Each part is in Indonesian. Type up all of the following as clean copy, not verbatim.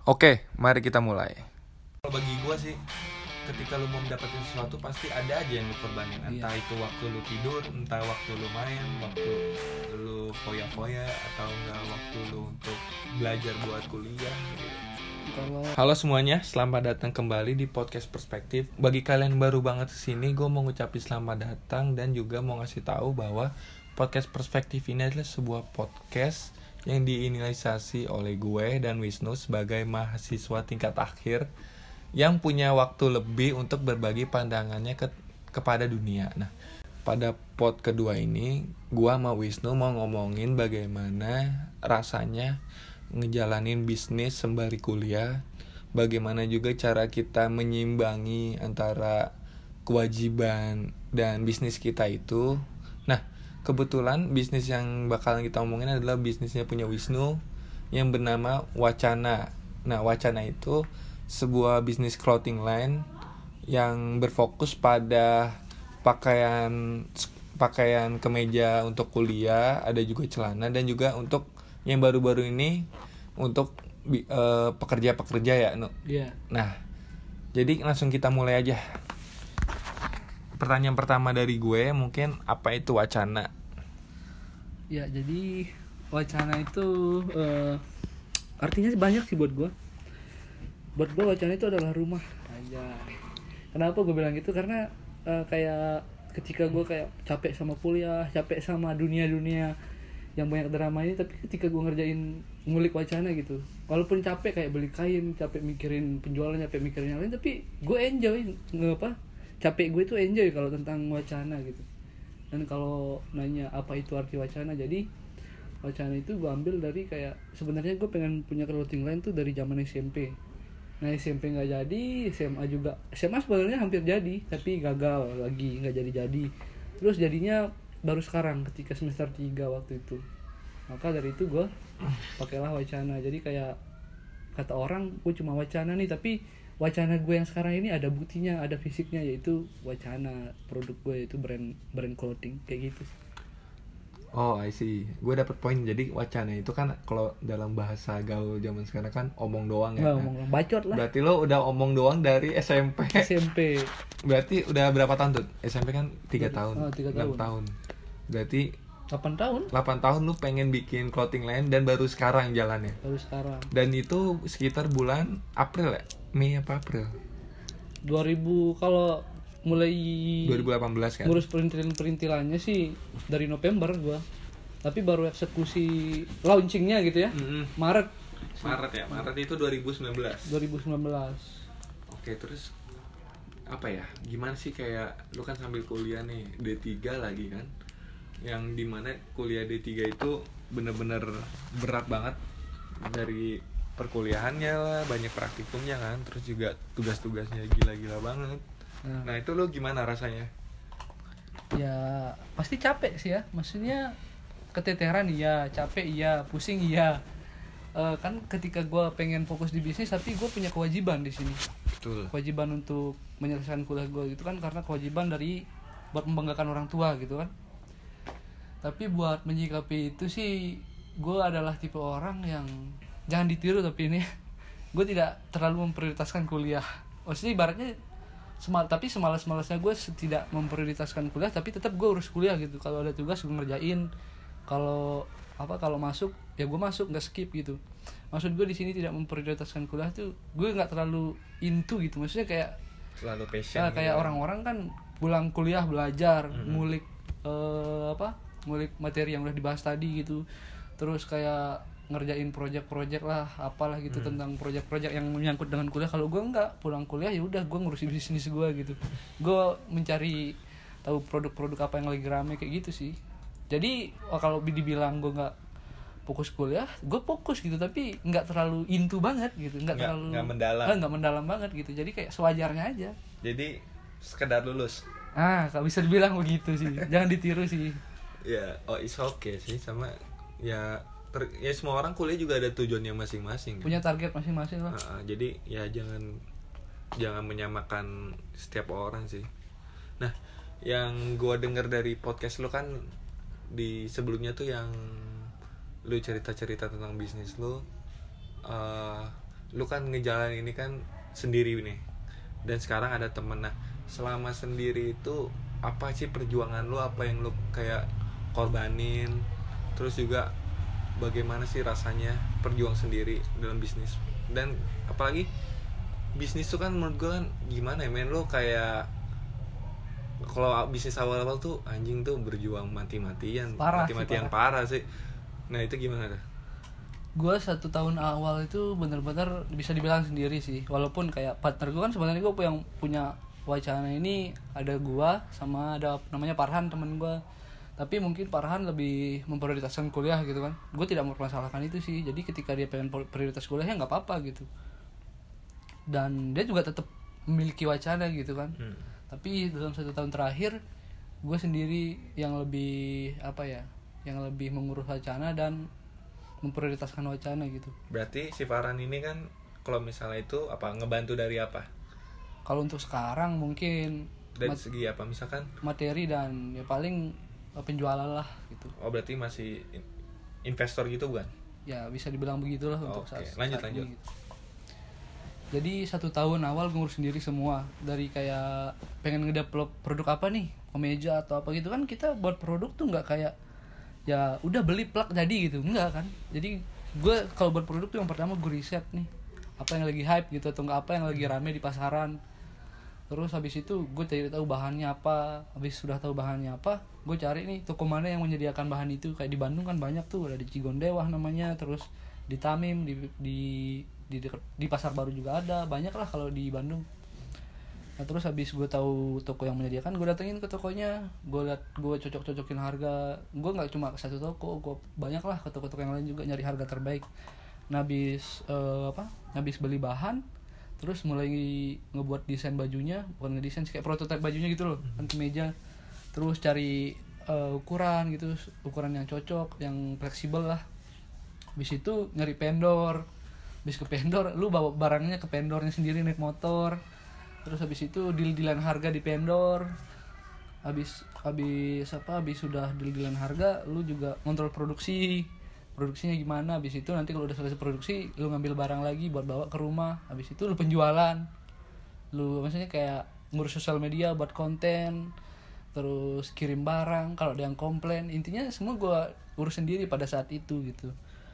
Oke, mari kita mulai. Bagi gue sih, ketika lu mau mendapatkan sesuatu pasti ada aja yang lu korbanin. Entah itu waktu lu tidur, entah waktu lu main, waktu lu foya-foya, atau enggak waktu lu untuk belajar buat kuliah gitu. Halo semuanya, selamat datang kembali di podcast Perspektif. Bagi kalian yang baru banget kesini, gue mau ngucapin selamat datang dan juga mau ngasih tahu bahwa podcast Perspektif ini adalah sebuah podcast yang diinisiasi oleh gue dan Wisnu sebagai mahasiswa tingkat akhir yang punya waktu lebih untuk berbagi pandangannya kepada dunia. Nah, pada pod kedua ini, gue sama Wisnu mau ngomongin bagaimana rasanya ngejalanin bisnis sembari kuliah, bagaimana juga cara kita menyimbangi antara kewajiban dan bisnis kita itu. Nah, kebetulan bisnis yang bakalan kita omongin adalah bisnisnya punya Wisnu yang bernama Wacana. Nah, Wacana itu sebuah bisnis clothing line yang berfokus pada pakaian kemeja untuk kuliah, ada juga celana, dan juga untuk yang baru-baru ini untuk pekerja-pekerja ya, no? Iya. Nah, jadi langsung kita mulai aja. Pertanyaan pertama dari gue mungkin, apa itu Wacana? Ya, jadi Wacana itu artinya banyak sih buat gue. Buat gue Wacana itu adalah rumah aja. Kenapa gue bilang gitu? Karena kayak ketika gue kayak capek sama kuliah, capek sama dunia-dunia yang banyak drama ini, tapi ketika gue ngerjain ngulik Wacana gitu, walaupun capek kayak beli kain, capek mikirin penjualan, capek mikirin yang lain, tapi gue enjoy capek gue itu enjoy kalau tentang Wacana gitu. Dan kalau nanya apa itu arti Wacana, jadi Wacana itu gue ambil dari kayak sebenarnya gue pengen punya clothing line tuh dari zaman SMP. Nah, SMP nggak jadi, SMA juga, SMA sebenarnya hampir jadi tapi gagal lagi, nggak jadi. Terus jadinya baru sekarang ketika semester 3 waktu itu. Maka dari itu gue pakailah Wacana. Jadi kayak kata orang gue cuma Wacana nih, tapi Wacana gue yang sekarang ini ada buktinya, ada fisiknya, yaitu Wacana, produk gue itu brand clothing kayak gitu. Oh, I see. Gue dapet poin. Jadi Wacana itu kan kalau dalam bahasa gaul zaman sekarang kan omong doang ya. Nggak omong, bacot lah. Berarti lo udah omong doang dari SMP. SMP. Berarti udah berapa tahun tuh? SMP kan 3 tahun. Oh, 3 6 tahun. Berarti 8 tahun. 8 tahun lu pengen bikin clothing line dan baru sekarang jalannya. Baru sekarang. Dan itu sekitar bulan April ya? Mei apa April? 2000 kalau mulai 2018 kan? ngurus perintilannya sih dari November gua. Tapi baru eksekusi launchingnya gitu ya. Maret ya? Maret itu 2019. Oke, terus apa ya? Gimana sih kayak lu kan sambil kuliah nih, D3 lagi kan? Yang dimana kuliah D3 itu bener-bener berat banget. Dari perkuliahannya lah, banyak praktikumnya kan, terus juga tugas-tugasnya gila-gila banget. Nah itu lo gimana rasanya? Ya pasti capek sih ya, maksudnya keteteran iya, capek iya, pusing iya. Kan ketika gue pengen fokus di bisnis, tapi gue punya kewajiban di sini. Betul. Kewajiban untuk menyelesaikan kuliah gue gitu kan, karena kewajiban dari buat membanggakan orang tua gitu kan. Tapi buat menyikapi itu sih, gue adalah tipe orang yang jangan ditiru, tapi ini gue tidak terlalu memprioritaskan kuliah. Maksudnya ibaratnya tapi semalas-malasnya gue tidak memprioritaskan kuliah, tapi tetap gue urus kuliah gitu. Kalau ada tugas gue ngerjain, kalau masuk ya gue masuk, nggak skip gitu. Maksud gue di sini tidak memprioritaskan kuliah tuh, gue nggak terlalu into gitu. Maksudnya kayak selalu passion kayak gitu. Orang-orang kan pulang kuliah belajar, ngulik materi yang udah dibahas tadi gitu. Terus kayak ngerjain project lah, apalah gitu tentang project yang menyangkut dengan kuliah. Kalau gue enggak, pulang kuliah ya udah gue ngurusin bisnis gue gitu. Gue mencari tahu produk-produk apa yang lagi rame kayak gitu sih. Jadi kalau dibilang gue nggak fokus kuliah, gue fokus gitu, tapi nggak terlalu into banget gitu, nggak mendalam banget gitu. Jadi kayak sewajarnya aja. Jadi sekedar lulus. Kalau bisa dibilang begitu sih. Jangan ditiru sih. Ya, it's okay sih, sama ya semua orang kuliah juga ada tujuannya masing-masing. Punya target masing-masing lah. Jadi ya jangan menyamakan setiap orang sih. Nah, yang gue denger dari podcast lu kan di sebelumnya tuh yang lu cerita-cerita tentang bisnis lu, lu kan ngejalanin ini kan sendiri nih, dan sekarang ada temen. Nah selama sendiri itu apa sih perjuangan lu, apa yang lu kayak korbanin, terus juga bagaimana sih rasanya berjuang sendiri dalam bisnis. Dan apalagi bisnis tuh kan menurut gue kan gimana ya men, lu kayak kalau bisnis awal-awal tuh anjing tuh berjuang mati-matian parah sih. Nah itu gimana tuh? Gue 1 tahun awal itu bener-bener bisa dibilang sendiri sih, walaupun kayak partner gue kan sebenarnya gue yang punya wacana ini, ada gue sama ada namanya Farhan temen gue, tapi mungkin Farhan lebih memprioritaskan kuliah gitu kan. Gue tidak mempermasalahkan itu sih, jadi ketika dia pengen prioritas kuliahnya nggak apa-apa gitu, dan dia juga tetap memiliki wacana gitu kan. Tapi dalam 1 tahun terakhir gue sendiri yang lebih yang lebih mengurus wacana dan memprioritaskan wacana gitu. Berarti si Farhan ini kan kalau misalnya itu apa ngebantu dari apa? Kalau untuk sekarang mungkin dari segi apa misalkan? Materi dan ya paling penjualan lah gitu. Oh berarti masih investor gitu bukan? Ya bisa dibilang begitulah untuk saat lanjut. ini gitu. Jadi 1 tahun awal gue ngurus sendiri semua, dari kayak pengen ngedevelop produk apa nih, kemeja atau apa gitu kan. Kita buat produk tuh nggak kayak ya udah beli plak jadi gitu, enggak kan. Jadi gue kalau buat produk tuh yang pertama gue riset nih apa yang lagi hype gitu atau enggak, apa yang lagi rame di pasaran. Terus habis itu gue cari tahu bahannya apa. Habis sudah tahu bahannya apa, gue cari nih toko mana yang menyediakan bahan itu. Kayak di Bandung kan banyak tuh, ada di Cigondewah namanya, terus di Tamim, di Pasar Baru juga ada, banyak lah kalau di Bandung. Nah terus habis gue tahu toko yang menyediakan, gue datengin ke tokonya, gue liat, gue cocok-cocokin harga. Gue nggak cuma ke satu toko, gue banyak lah ke toko-toko yang lain juga nyari harga terbaik. Nah habis beli bahan, terus mulai ngebuat desain bajunya, bukan ngedesain kayak prototipe bajunya gitu loh, kan kemeja. Terus cari ukuran gitu, ukuran yang cocok, yang fleksibel lah. Habis itu nyari vendor. Habis ke vendor, lu bawa barangnya ke vendornya sendiri naik motor. Terus habis itu deal-dealan harga di vendor. Habis sudah deal-dealan harga, lu juga ngontrol produksinya gimana. Habis itu nanti kalau udah selesai produksi, lu ngambil barang lagi buat bawa ke rumah. Habis itu lu penjualan. Lu maksudnya kayak ngurus sosial media buat konten, terus kirim barang kalau ada yang komplain. Intinya semua gua urus sendiri pada saat itu gitu.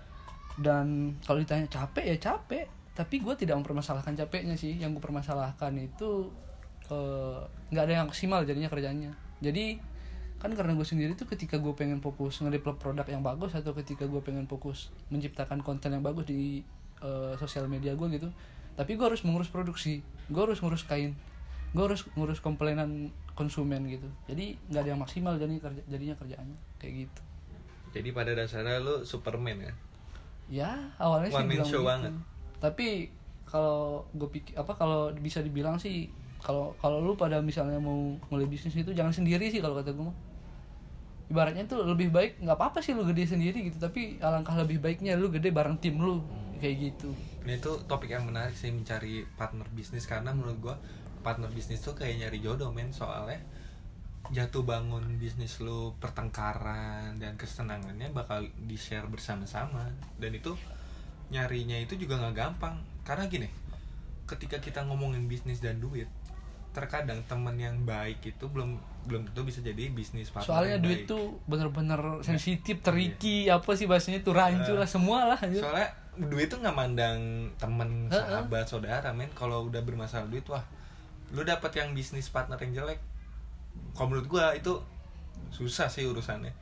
Dan kalau ditanya capek ya capek, tapi gue tidak mempermasalahkan capeknya sih. Yang gue permasalahkan itu nggak ada yang maksimal jadinya kerjanya. Jadi kan karena gue sendiri tuh ketika gue pengen fokus nge-develop produk yang bagus, atau ketika gue pengen fokus menciptakan konten yang bagus di sosial media gue gitu, tapi gue harus mengurus produksi, gue harus ngurus kain, gue harus ngurus komplainan konsumen gitu. Jadi nggak ada yang maksimal jadinya kerjaannya kayak gitu. Jadi pada dasarnya lu Superman ya? Ya awalnya sih bilang show gitu banget. Tapi kalau gue pikir kalau bisa dibilang sih, kalau lu pada misalnya mau mulai bisnis itu jangan sendiri sih kalau kata gue mah. Ibaratnya tuh lebih baik nggak apa-apa sih lu gede sendiri gitu, tapi alangkah lebih baiknya lu gede bareng tim lu kayak gitu. Nah itu topik yang menarik sih, mencari partner bisnis, karena menurut gue partner bisnis tuh kayak nyari jodoh men. Soalnya jatuh bangun bisnis lu, pertengkaran dan kesenangannya bakal di-share bersama-sama. Dan itu nyarinya itu juga nggak gampang, karena gini, ketika kita ngomongin bisnis dan duit, terkadang temen yang baik itu belum tentu bisa jadi bisnis partner. Soalnya duit baik. Tuh bener-bener sensitif, tricky, apa sih bahasanya tuh, rancu lah semua lah. Soalnya duit tuh nggak mandang temen, sahabat, saudara men. Kalau udah bermasalah duit, wah lu dapat yang bisnis partner yang jelek, kalau menurut gua itu susah sih urusannya.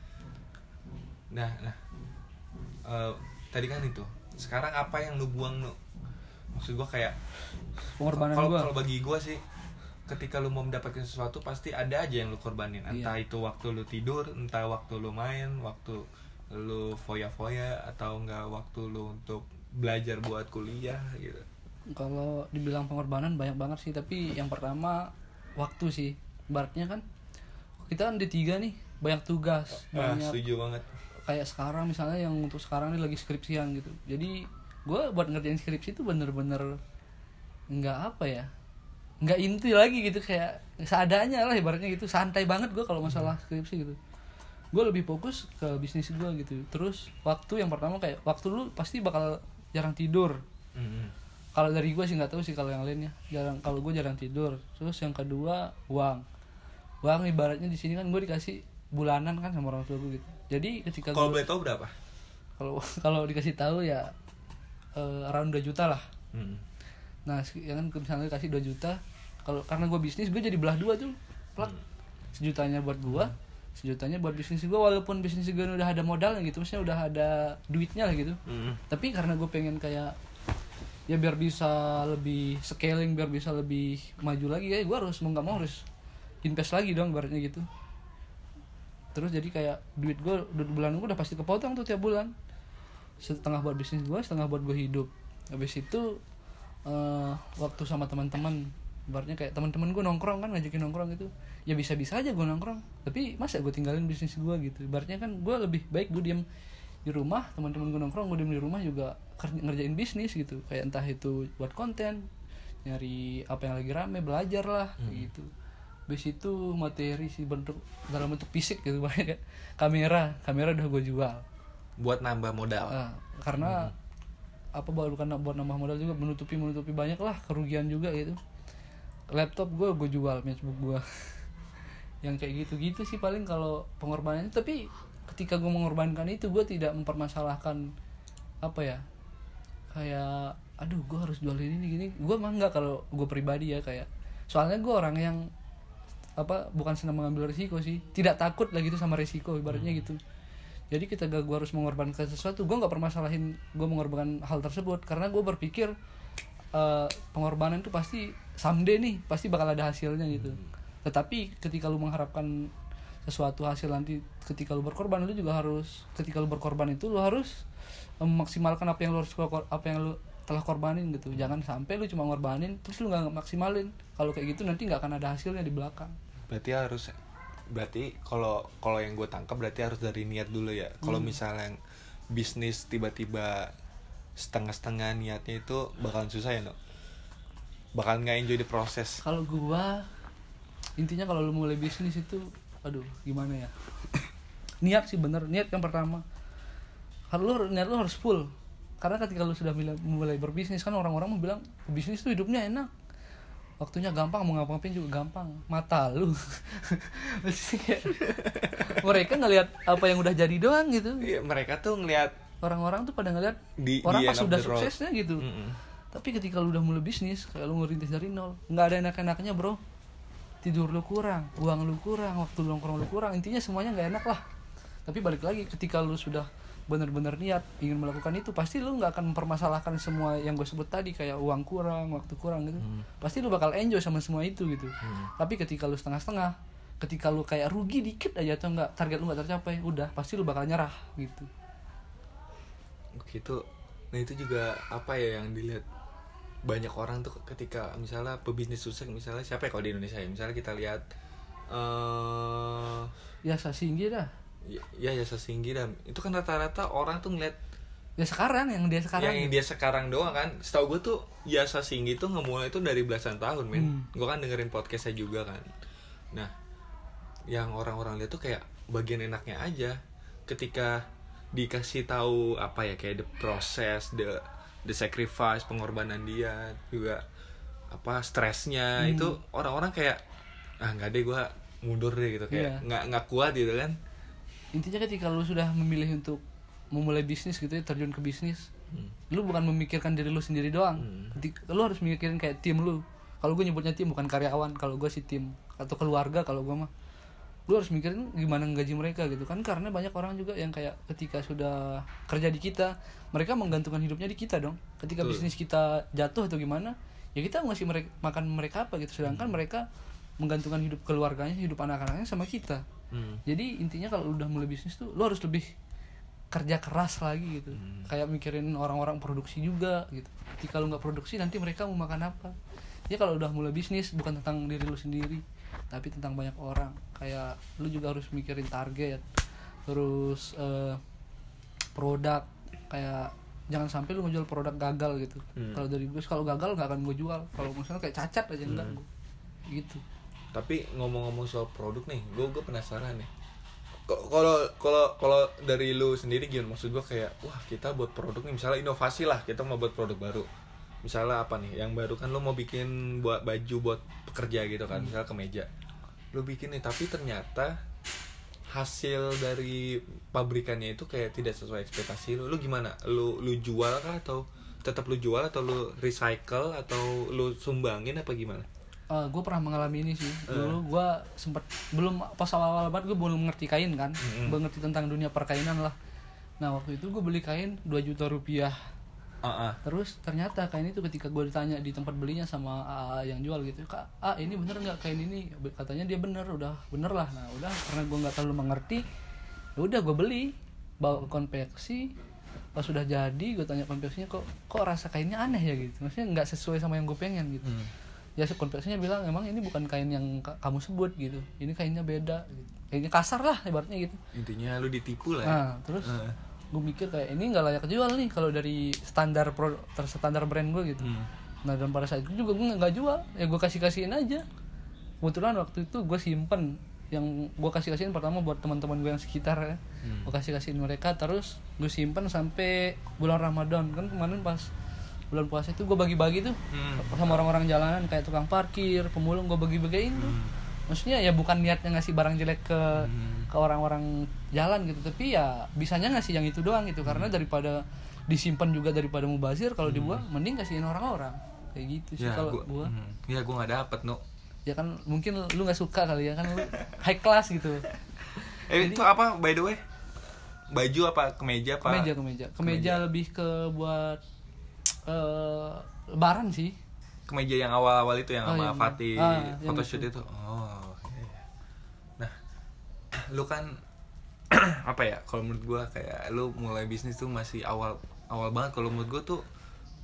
Nah tadi kan itu. Sekarang apa yang lu buang lu? Maksud gua kayak pengorbanan gua. Kalau bagi gua sih, ketika lu mau mendapatkan sesuatu pasti ada aja yang lu korbanin. Entah itu waktu lu tidur, entah waktu lu main, waktu lu foya-foya, atau enggak waktu lu untuk belajar buat kuliah gitu. Kalau dibilang pengorbanan banyak banget sih, tapi yang pertama waktu sih. Ibaratnya kan kita kan D3 nih, banyak tugas, banyak. Setuju banget. Kayak sekarang misalnya yang untuk sekarang nih lagi skripsian gitu. Jadi gue buat ngerjain skripsi itu bener-bener nggak inti lagi gitu, kayak seadanya lah ibaratnya gitu, santai banget gue kalau masalah skripsi gitu. Gue lebih fokus ke bisnis gue gitu. Terus waktu yang pertama, kayak waktu lu pasti bakal jarang tidur. Kalau dari gue sih nggak tahu sih kalau yang lainnya. Kalau gue jarang tidur. Terus yang kedua uang ibaratnya di sini kan gue dikasih bulanan kan sama orang tua gue gitu. Jadi ketika kalau boleh tahu berapa? Kalau dikasih tahu ya around 2 juta lah. Nah ya kan misalnya dikasih 2 juta, kalau karena gue bisnis gue jadi belah dua tuh plak. Sejutanya buat gue, sejutanya buat bisnis gue, walaupun bisnis gue udah ada modalnya gitu, maksudnya udah ada duitnya lah gitu. Tapi karena gue pengen kayak ya biar bisa lebih scaling, biar bisa lebih maju lagi, kayak gue harus mau nggak mau harus invest lagi dong ibaratnya gitu. Terus jadi kayak duit bulan gue udah pasti kepotong tuh tiap bulan, setengah buat bisnis gue, setengah buat gue hidup. Habis itu waktu sama teman-teman, ibaratnya kayak teman-teman gue nongkrong kan, ngajakin nongkrong gitu, ya bisa-bisa aja gue nongkrong, tapi masa gue tinggalin bisnis gue gitu. Ibaratnya kan gue lebih baik gue diem di rumah, teman-teman gue nongkrong, gue diem di rumah juga ngerjain bisnis gitu, kayak entah itu buat konten, nyari apa yang lagi rame, belajar lah gitu. Habis itu materi sih dalam bentuk fisik gitu, banyak kamera udah gue jual buat nambah modal. Karena bukan buat nambah modal juga, menutupi banyak lah kerugian juga gitu. Laptop gue jual, MacBook gue yang kayak gitu sih paling kalau pengorbanannya. Tapi ketika gue mengorbankan itu, gue tidak mempermasalahkan kayak aduh gue harus jual ini gini. Gue mah enggak, kalau gue pribadi ya, kayak soalnya gue orang yang bukan senang mengambil risiko sih, tidak takut lah gitu sama risiko ibaratnya gitu. Jadi ketika gue harus mengorbankan sesuatu, gue nggak permasalahin gue mengorbankan hal tersebut, karena gue berpikir pengorbanan itu pasti someday nih pasti bakal ada hasilnya gitu. Tetapi ketika lu mengharapkan sesuatu hasil nanti ketika lu berkorban, lu juga harus, ketika lu berkorban itu lu harus memaksimalkan apa yang lu telah korbanin gitu. Jangan sampai lu cuma ngorbanin terus lu nggak maksimalin. Kalau kayak gitu nanti nggak akan ada hasilnya di belakang. Berarti kalau yang gue tangkap berarti harus dari niat dulu ya. Kalau misalnya yang bisnis tiba-tiba setengah-setengah niatnya itu bakalan susah ya, no? Bakalan nggak enjoy di proses. Kalau gue intinya kalau lu mulai bisnis itu gimana ya, niat sih bener, niat yang pertama. Niat lu harus full. Karena ketika lu sudah mulai berbisnis kan, orang-orang mau bilang bisnis tuh hidupnya enak, waktunya gampang, mau ngapa-ngapain juga gampang. Mata lu mereka ngelihat apa yang udah jadi doang gitu. Iya, mereka tuh ngelihat, orang-orang tuh pada ngelihat orang pas sudah suksesnya gitu. Tapi ketika lu udah mulai bisnis, kayak lu ngerintis dari nol, nggak ada enak-enaknya bro. Tidur lu kurang, uang lu kurang, waktu lu nongkrong lu kurang, intinya semuanya nggak enak lah. Tapi balik lagi, ketika lu sudah benar-benar niat ingin melakukan itu, pasti lu nggak akan mempermasalahkan semua yang gue sebut tadi, kayak uang kurang, waktu kurang gitu. Pasti lu bakal enjoy sama semua itu gitu. Tapi ketika lu setengah-setengah, ketika lu kayak rugi dikit aja atau enggak, target lu nggak tercapai, udah pasti lu bakal nyerah gitu. Gitu. Nah itu juga yang dilihat banyak orang tuh ketika misalnya pebisnis sukses, misalnya siapa ya kalau di Indonesia ya, misalnya kita lihat Yasa Singgih dah. Ya Yasa Singgih dah. Itu kan rata-rata orang tuh ngeliat ya sekarang yang dia sekarang doang kan. Setahu gue tuh Yasa Singgih tuh ngemulai itu dari belasan tahun, men. Gue kan dengerin podcastnya juga kan. Nah, yang orang-orang lihat tuh kayak bagian enaknya aja ketika dikasih tahu kayak the process, the sacrifice, pengorbanan dia juga stresnya. Itu orang-orang kayak nggak deh, gue mundur deh gitu, kayak nggak kuat gitu kan. Intinya ketika lu sudah memilih untuk memulai bisnis gitu ya, terjun ke bisnis, lu bukan memikirkan diri lu sendiri doang. Lu harus mikirin kayak tim lu. Kalau gue nyebutnya tim, bukan karyawan. Kalau gue sih tim atau keluarga. Kalau gue mah, lu harus mikirin gimana gaji mereka gitu kan. Karena banyak orang juga yang kayak ketika sudah kerja di kita, mereka menggantungkan hidupnya di kita dong. Ketika bisnis kita jatuh atau gimana, ya kita ngasih makan mereka apa gitu. Sedangkan mereka menggantungkan hidup keluarganya, hidup anak-anaknya sama kita. Jadi intinya kalau udah mulai bisnis tuh lu harus lebih kerja keras lagi gitu. Kayak mikirin orang-orang produksi juga gitu. Ketika lu nggak produksi, nanti mereka mau makan apa. Ya kalau udah mulai bisnis, bukan tentang diri lu sendiri, tapi tentang banyak orang. Kayak lu juga harus mikirin target, terus produk. Kayak jangan sampai lu ngejual produk gagal gitu. Kalau dari gue, kalau gagal nggak akan gue jual. Kalau misalnya kayak cacat aja enggak gue gitu. Tapi ngomong-ngomong soal produk nih, gue penasaran nih. Kalau dari lu sendiri gimana? Maksud gue kayak, wah kita buat produk nih, misalnya inovasi lah, kita mau buat produk baru. misalnya apa nih yang baru kan lu mau bikin buat baju buat pekerja gitu kan, misalnya kemeja lu bikin nih tapi ternyata hasil dari pabrikannya itu kayak tidak sesuai ekspektasi lu gimana? Lu jual kah atau tetap lu jual atau lu recycle atau lu sumbangin apa gimana? Gue pernah mengalami ini sih. Dulu gue sempat belum pas awal-awal banget gue belum ngerti kain kan, belum ngerti tentang dunia perkainan lah. Nah waktu itu gue beli kain 2 juta rupiah. Terus ternyata kain itu ketika gue ditanya di tempat belinya sama yang jual gitu, Kak, ini bener nggak kain ini? Katanya dia bener, udah bener lah. Nah udah karena gue nggak terlalu mengerti, ya udah gue beli, bawa ke konveksi. Pas sudah jadi gue tanya konveksinya, kok rasa kainnya aneh ya gitu, maksudnya nggak sesuai sama yang gue pengen gitu. Ya konveksinya bilang emang ini bukan kain yang kamu sebut gitu, ini kainnya beda gitu. Kainnya kasar lah ibaratnya gitu. Intinya lu ditipu lah ya. Nah terus gue mikir kayak ini nggak layak jual nih kalau dari standar brand gue gitu. Nah dan pada saat itu juga gue nggak jual, ya gue kasihin aja. Kebetulan waktu itu gue simpen, yang gue kasihin pertama buat teman-teman gue yang sekitar ya. Gue kasihin mereka, terus gue simpen sampai bulan Ramadan kan. Kemarin pas bulan puasa itu gue bagi-bagi tuh sama orang-orang jalanan kayak tukang parkir, pemulung, gue bagi-bagiin tuh. Maksudnya ya bukan niatnya ngasih barang jelek ke orang-orang jalan gitu, tapi ya bisanya ngasih yang itu doang gitu, karena daripada disimpan juga daripada mubazir, kalau dibuang mending kasihin orang-orang kayak gitu sih ya, kalau gua. Ya gua nggak dapet Ya kan mungkin lu nggak suka kali ya kan, lu high class gitu. Jadi, itu apa by the way? Baju apa kemeja apa? Kemeja lebih ke buat lebaran sih. Kemeja yang awal-awal itu yang sama Fatih photoshoot itu. Nah, lu kan apa ya? Kalau menurut gua kayak lu mulai bisnis tuh masih awal banget. Kalau menurut gua tuh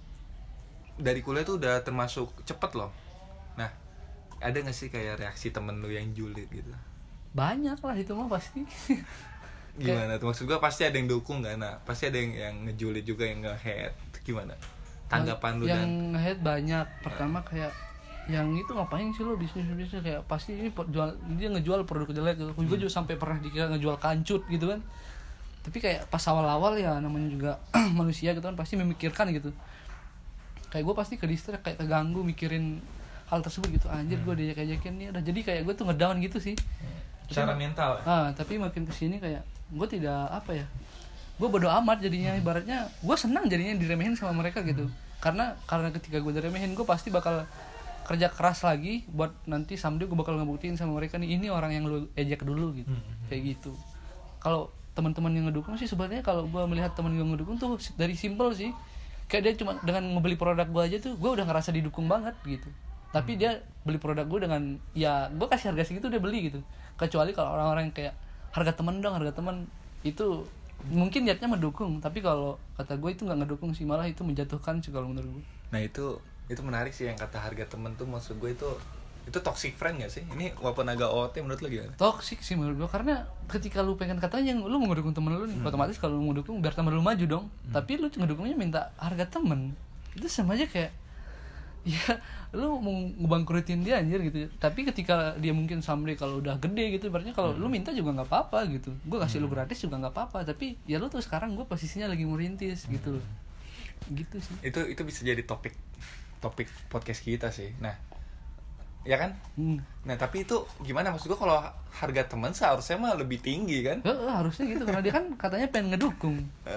dari kuliah tuh udah termasuk cepet loh. Nah, ada nggak sih kayak reaksi temen lu yang julid gitu? Banyak lah itu mah pasti. Gimana tuh? Maksud gua pasti ada yang dukung kan? Nah, pasti ada yang ngejulit juga, yang nge-hate. Gimana tanggapan lu? Yang nge-hate banyak. Pertama kayak yang itu ngapain sih lo bisnis kayak pasti ini dia ngejual produk jelek gitu. Gue juga sampai pernah dikira ngejual kancut gitu kan. Tapi kayak pas awal-awal ya namanya juga manusia gitu kan, pasti memikirkan gitu. Kayak gue pasti ke-distract, kayak keganggu mikirin hal tersebut gitu. Anjir gue diajak-ajakin nih udah, jadi kayak gue tuh ngedown gitu sih. Secara mental. Tapi makin kesini kayak gue tidak gue bodo amat jadinya. Ibaratnya gue senang jadinya diremehin sama mereka gitu. Karena ketika gue diremehin, gue pasti bakal kerja keras lagi buat nanti someday gue bakal ngebuktiin sama mereka nih, ini orang yang lu ejek dulu gitu. Kayak gitu. Kalau teman-teman yang ngedukung sih sebenarnya, kalau gue melihat teman gue ngedukung tuh dari simple sih. Kayak dia cuma dengan ngebeli produk gue aja tuh gue udah ngerasa didukung banget gitu. Tapi dia beli produk gue dengan ya gue kasih harga segitu dia beli gitu. Kecuali kalau orang-orang yang kayak harga teman itu mungkin niatnya mendukung, tapi kalau kata gue itu nggak ngedukung sih, malah itu menjatuhkan sih kalau menurut gue. Nah itu menarik sih yang kata harga temen tuh. Maksud gue itu toxic friend gak sih? Ini walaupun agak OT menurut lo gimana? Toxic sih menurut gue, karena ketika lu pengen katanya lu mau ngedukung temen lu nih, otomatis kalau lu mau dukung biar temen lu maju dong. Tapi lu ngedukungnya minta harga temen, itu sama aja kayak ya lu mau ngebangkrutin dia anjir gitu. Tapi ketika dia mungkin someday kalau udah gede gitu, berarti kalau lu minta juga nggak apa-apa gitu, gue kasih lu gratis juga nggak apa-apa. Tapi ya lu tuh sekarang gue posisinya lagi mau rintis gitu loh. Gitu sih. Itu bisa jadi topik podcast kita sih. Nah, ya kan? Nah, tapi itu gimana? Maksud gue kalau harga teman seharusnya mah lebih tinggi kan? Harusnya gitu, karena dia kan katanya pengen ngedukung.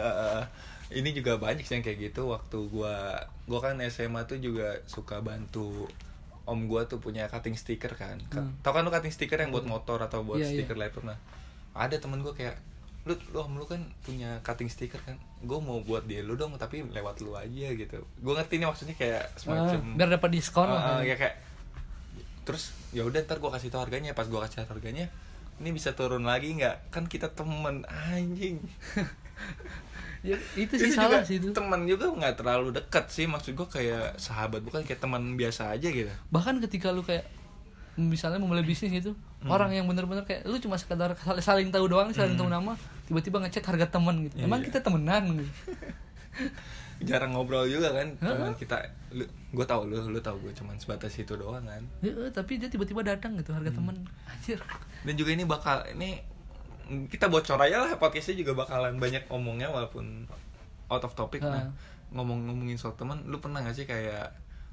Ini juga banyak sih yang kayak gitu. Waktu gua kan SMA tuh juga suka bantu om gua tuh punya cutting sticker kan. Tau kan lu cutting sticker yang buat motor atau buat stiker laptop. Nah, ada temen gua kayak lu kan punya cutting sticker kan, gue mau buat dia lu dong tapi lewat lu aja gitu. Gue ngerti nih maksudnya kayak semacam biar dapat diskon ya kayak. Terus ya udah ntar gue kasih tau harganya. Pas gue kasih tau harganya, ini bisa turun lagi nggak? Kan kita temen, anjing. Ya, itu sih salah sih itu. Teman juga nggak terlalu dekat sih, maksud gue kayak sahabat, bukan kayak teman biasa aja gitu. Bahkan ketika lu kayak misalnya memulai bisnis gitu, orang yang benar-benar kayak lu cuma sekedar saling tahu doang, saling tahu nama, tiba-tiba ngecek harga teman gitu. Emang kita temenan gitu. Jarang ngobrol juga kan teman kita. Gue tahu lu tahu gue cuman sebatas itu doang kan. Tapi dia tiba-tiba datang gitu harga teman. Anjir. Dan juga ini kita bocor aja lah, podcastnya juga bakalan banyak omongnya walaupun out of topic. Nah, ngomongin soal teman, lu pernah gak sih kayak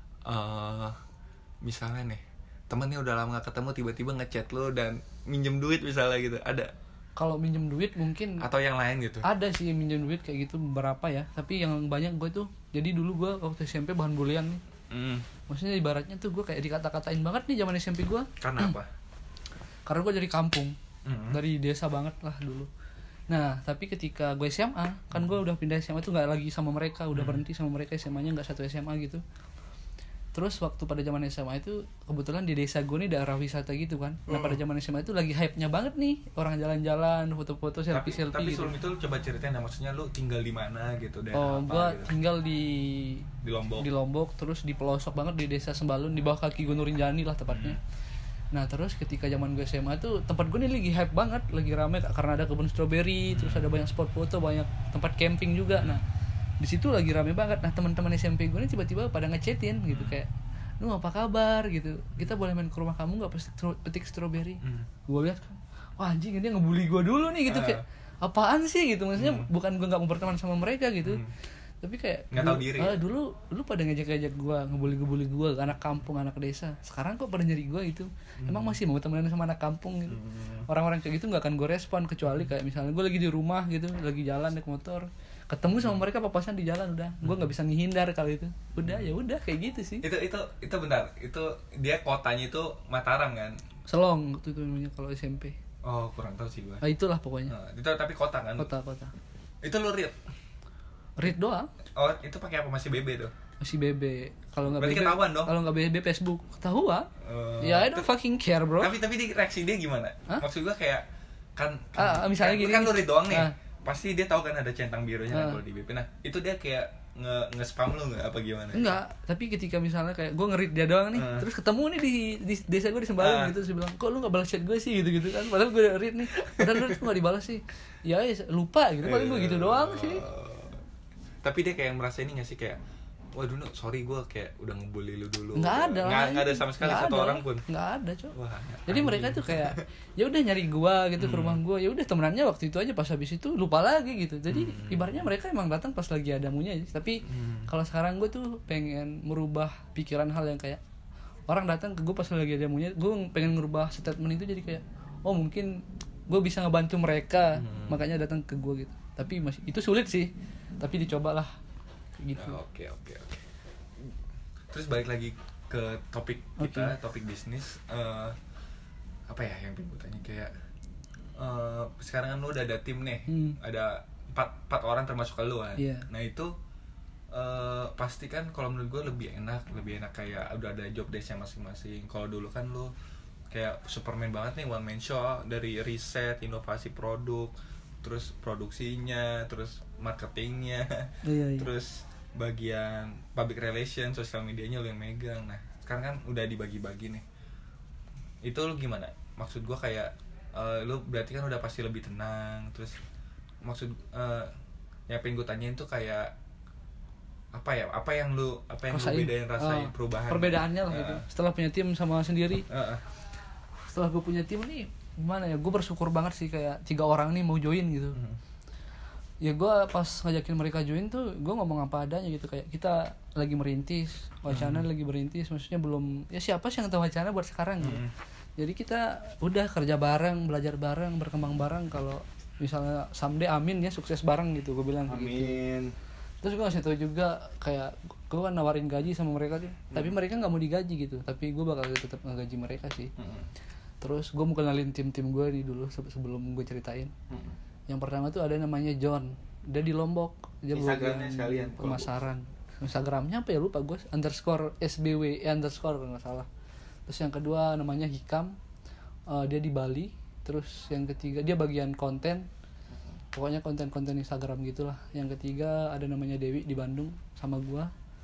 misalnya nih temen nih udah lama gak ketemu tiba-tiba ngechat lu dan minjem duit misalnya gitu, ada? Kalau minjem duit mungkin Atau yang lain gitu? ada sih minjem duit kayak gitu beberapa ya, tapi yang banyak gue tuh, jadi dulu gue waktu SMP bahan bulian nih. Maksudnya ibaratnya tuh gue kayak dikata-katain banget nih zaman SMP gue. Karena apa? Karena gue dari kampung, dari desa banget lah dulu. Nah tapi ketika gue SMA kan gue udah pindah SMA tuh nggak lagi sama mereka, udah berhenti sama mereka, SMA-nya nggak satu SMA gitu. Terus waktu pada zaman SMA itu kebetulan di desa gue nih daerah wisata gitu kan. Nah pada zaman SMA itu lagi hype-nya banget nih, orang jalan-jalan, foto-foto, selfie-selfie tapi gitu. sebelum itu lu coba ceritain, maksudnya lu tinggal di mana gitu, Oh, daerah apa gue gitu? tinggal di Lombok. Di Lombok, terus di pelosok banget di desa Sembalun, di bawah kaki Gunung Rinjani lah tepatnya. Nah terus ketika zaman gue SMA tuh tempat gue nih lagi hype banget, lagi rame karena ada kebun stroberi, terus ada banyak spot foto, banyak tempat camping juga. Nah di situ lagi rame banget. Nah teman-teman SMP gue nih tiba-tiba pada ngechatin gitu kayak, "Lu apa kabar?" gitu. "Kita boleh main ke rumah kamu nggak petik stroberi?" Gue lihat kan, wah anjing dia ngebully gue dulu nih gitu, kayak apaan sih gitu, maksudnya bukan gue nggak mau berteman sama mereka gitu, tapi kayak nggak tahu diri. Dulu lu pada ngejek-ngejek gue, ngebully gue, anak kampung, anak desa. Sekarang kok pada nyari gue itu, emang masih mau temenan sama anak kampung gitu. Orang-orang kayak gitu nggak akan gue respon, kecuali kayak misalnya gue lagi di rumah gitu, lagi jalan naik motor, ketemu sama mereka papasan di jalan, udah gue nggak bisa ngehindar kali itu, udah ya udah kayak gitu sih. Itu bentar, itu dia kotanya itu Mataram kan? Selong itu namanya kalau SMP. Oh kurang tahu sih gue. Nah itulah pokoknya. Itu tapi kota kan? Kota. Itu lu read doang. Oh itu pakai apa, masih BB tuh? Masih BB. Kalau nggak Berarti BB, ketahuan dong? Kalau nggak BB Facebook ketahuan. Ya I don't fucking care bro. Tapi reaksi dia gimana? Hah? Maksud gue kayak kan misalnya gini, kan lu read doang nih. Ah. Pasti dia tahu kan ada centang birunya kan kalau di BP. Nah itu dia kayak nge-spam lu nggak apa gimana? Enggak, tapi ketika misalnya kayak gue nge-read dia doang nih, terus ketemu nih di desa gue di Sembalun gitu, terus bilang, "Kok lu nggak balas chat gue sih?" gitu kan, padahal gue udah read nih, padahal lu nggak dibalas sih. Ya lupa gitu, paling gue gitu doang sih. Tapi dia kayak merasa ini nggak sih, kayak waduh no, sorry gue kayak udah ngebully lu dulu. Nggak ada lah. Nggak ada sama sekali satu orang pun. Nggak ada cok. Wah, jadi mereka tuh kayak ya udah nyari gua gitu ke rumah gua, ya udah temenannya waktu itu aja, pas habis itu lupa lagi gitu. Jadi ibaratnya mereka emang datang pas lagi ada munya aja. Tapi kalau sekarang gua tuh pengen merubah pikiran hal yang kayak orang datang ke gua pas lagi ada munya, gua pengen ngerubah statement itu jadi kayak, oh mungkin gua bisa ngebantu mereka, makanya datang ke gua gitu. Tapi masih itu sulit sih, tapi dicobalah gitu. Oke. Terus balik lagi ke topik kita, topik bisnis. Apa ya yang pengen gue tanya, kayak sekarang kan lu udah ada tim nih, ada 4 orang termasuk lu kan. Nah itu pasti kan kalau menurut gue lebih enak kayak udah ada job desk-nya masing-masing. Kalau dulu kan lu kayak Superman banget nih, one man show, dari riset, inovasi produk, terus produksinya, terus marketingnya, terus bagian public relation, sosial medianya lu yang megang. Nah sekarang kan udah dibagi-bagi nih, itu lu gimana? Maksud gue kayak lu berarti kan udah pasti lebih tenang. Terus maksud yang pengen gue tanyain tuh kayak apa yang lu bedain, rasain perubahan perbedaannya lah gitu setelah punya tim sama sendiri. Setelah gue punya tim nih gimana ya, gue bersyukur banget sih, kayak 3 orang nih mau join gitu. Ya gue pas ngajakin mereka join tuh gue ngomong apa adanya gitu, kayak kita lagi merintis Wacana, lagi merintis, maksudnya belum, ya siapa sih yang tahu Wacana buat sekarang gitu. Jadi kita udah kerja bareng, belajar bareng, berkembang bareng, kalau misalnya someday amin ya sukses bareng gitu, gue bilang amin gitu. Terus gue kasih tau juga, kayak gue kan nawarin gaji sama mereka tuh, tapi mereka nggak mau digaji gitu, tapi gue bakal tetap ngegaji mereka sih. Terus gue mau kenalin tim gue nih dulu sebelum gue ceritain. Yang pertama tuh ada namanya John, dia di Lombok, dia Instagramnya sekalian pemasaran. Instagramnya apa ya lupa gue, _SBW _ nggak salah. Terus yang kedua namanya Hikam, dia di Bali. Terus yang ketiga dia bagian konten, pokoknya konten Instagram gitulah. Yang ketiga ada namanya Dewi di Bandung sama gue.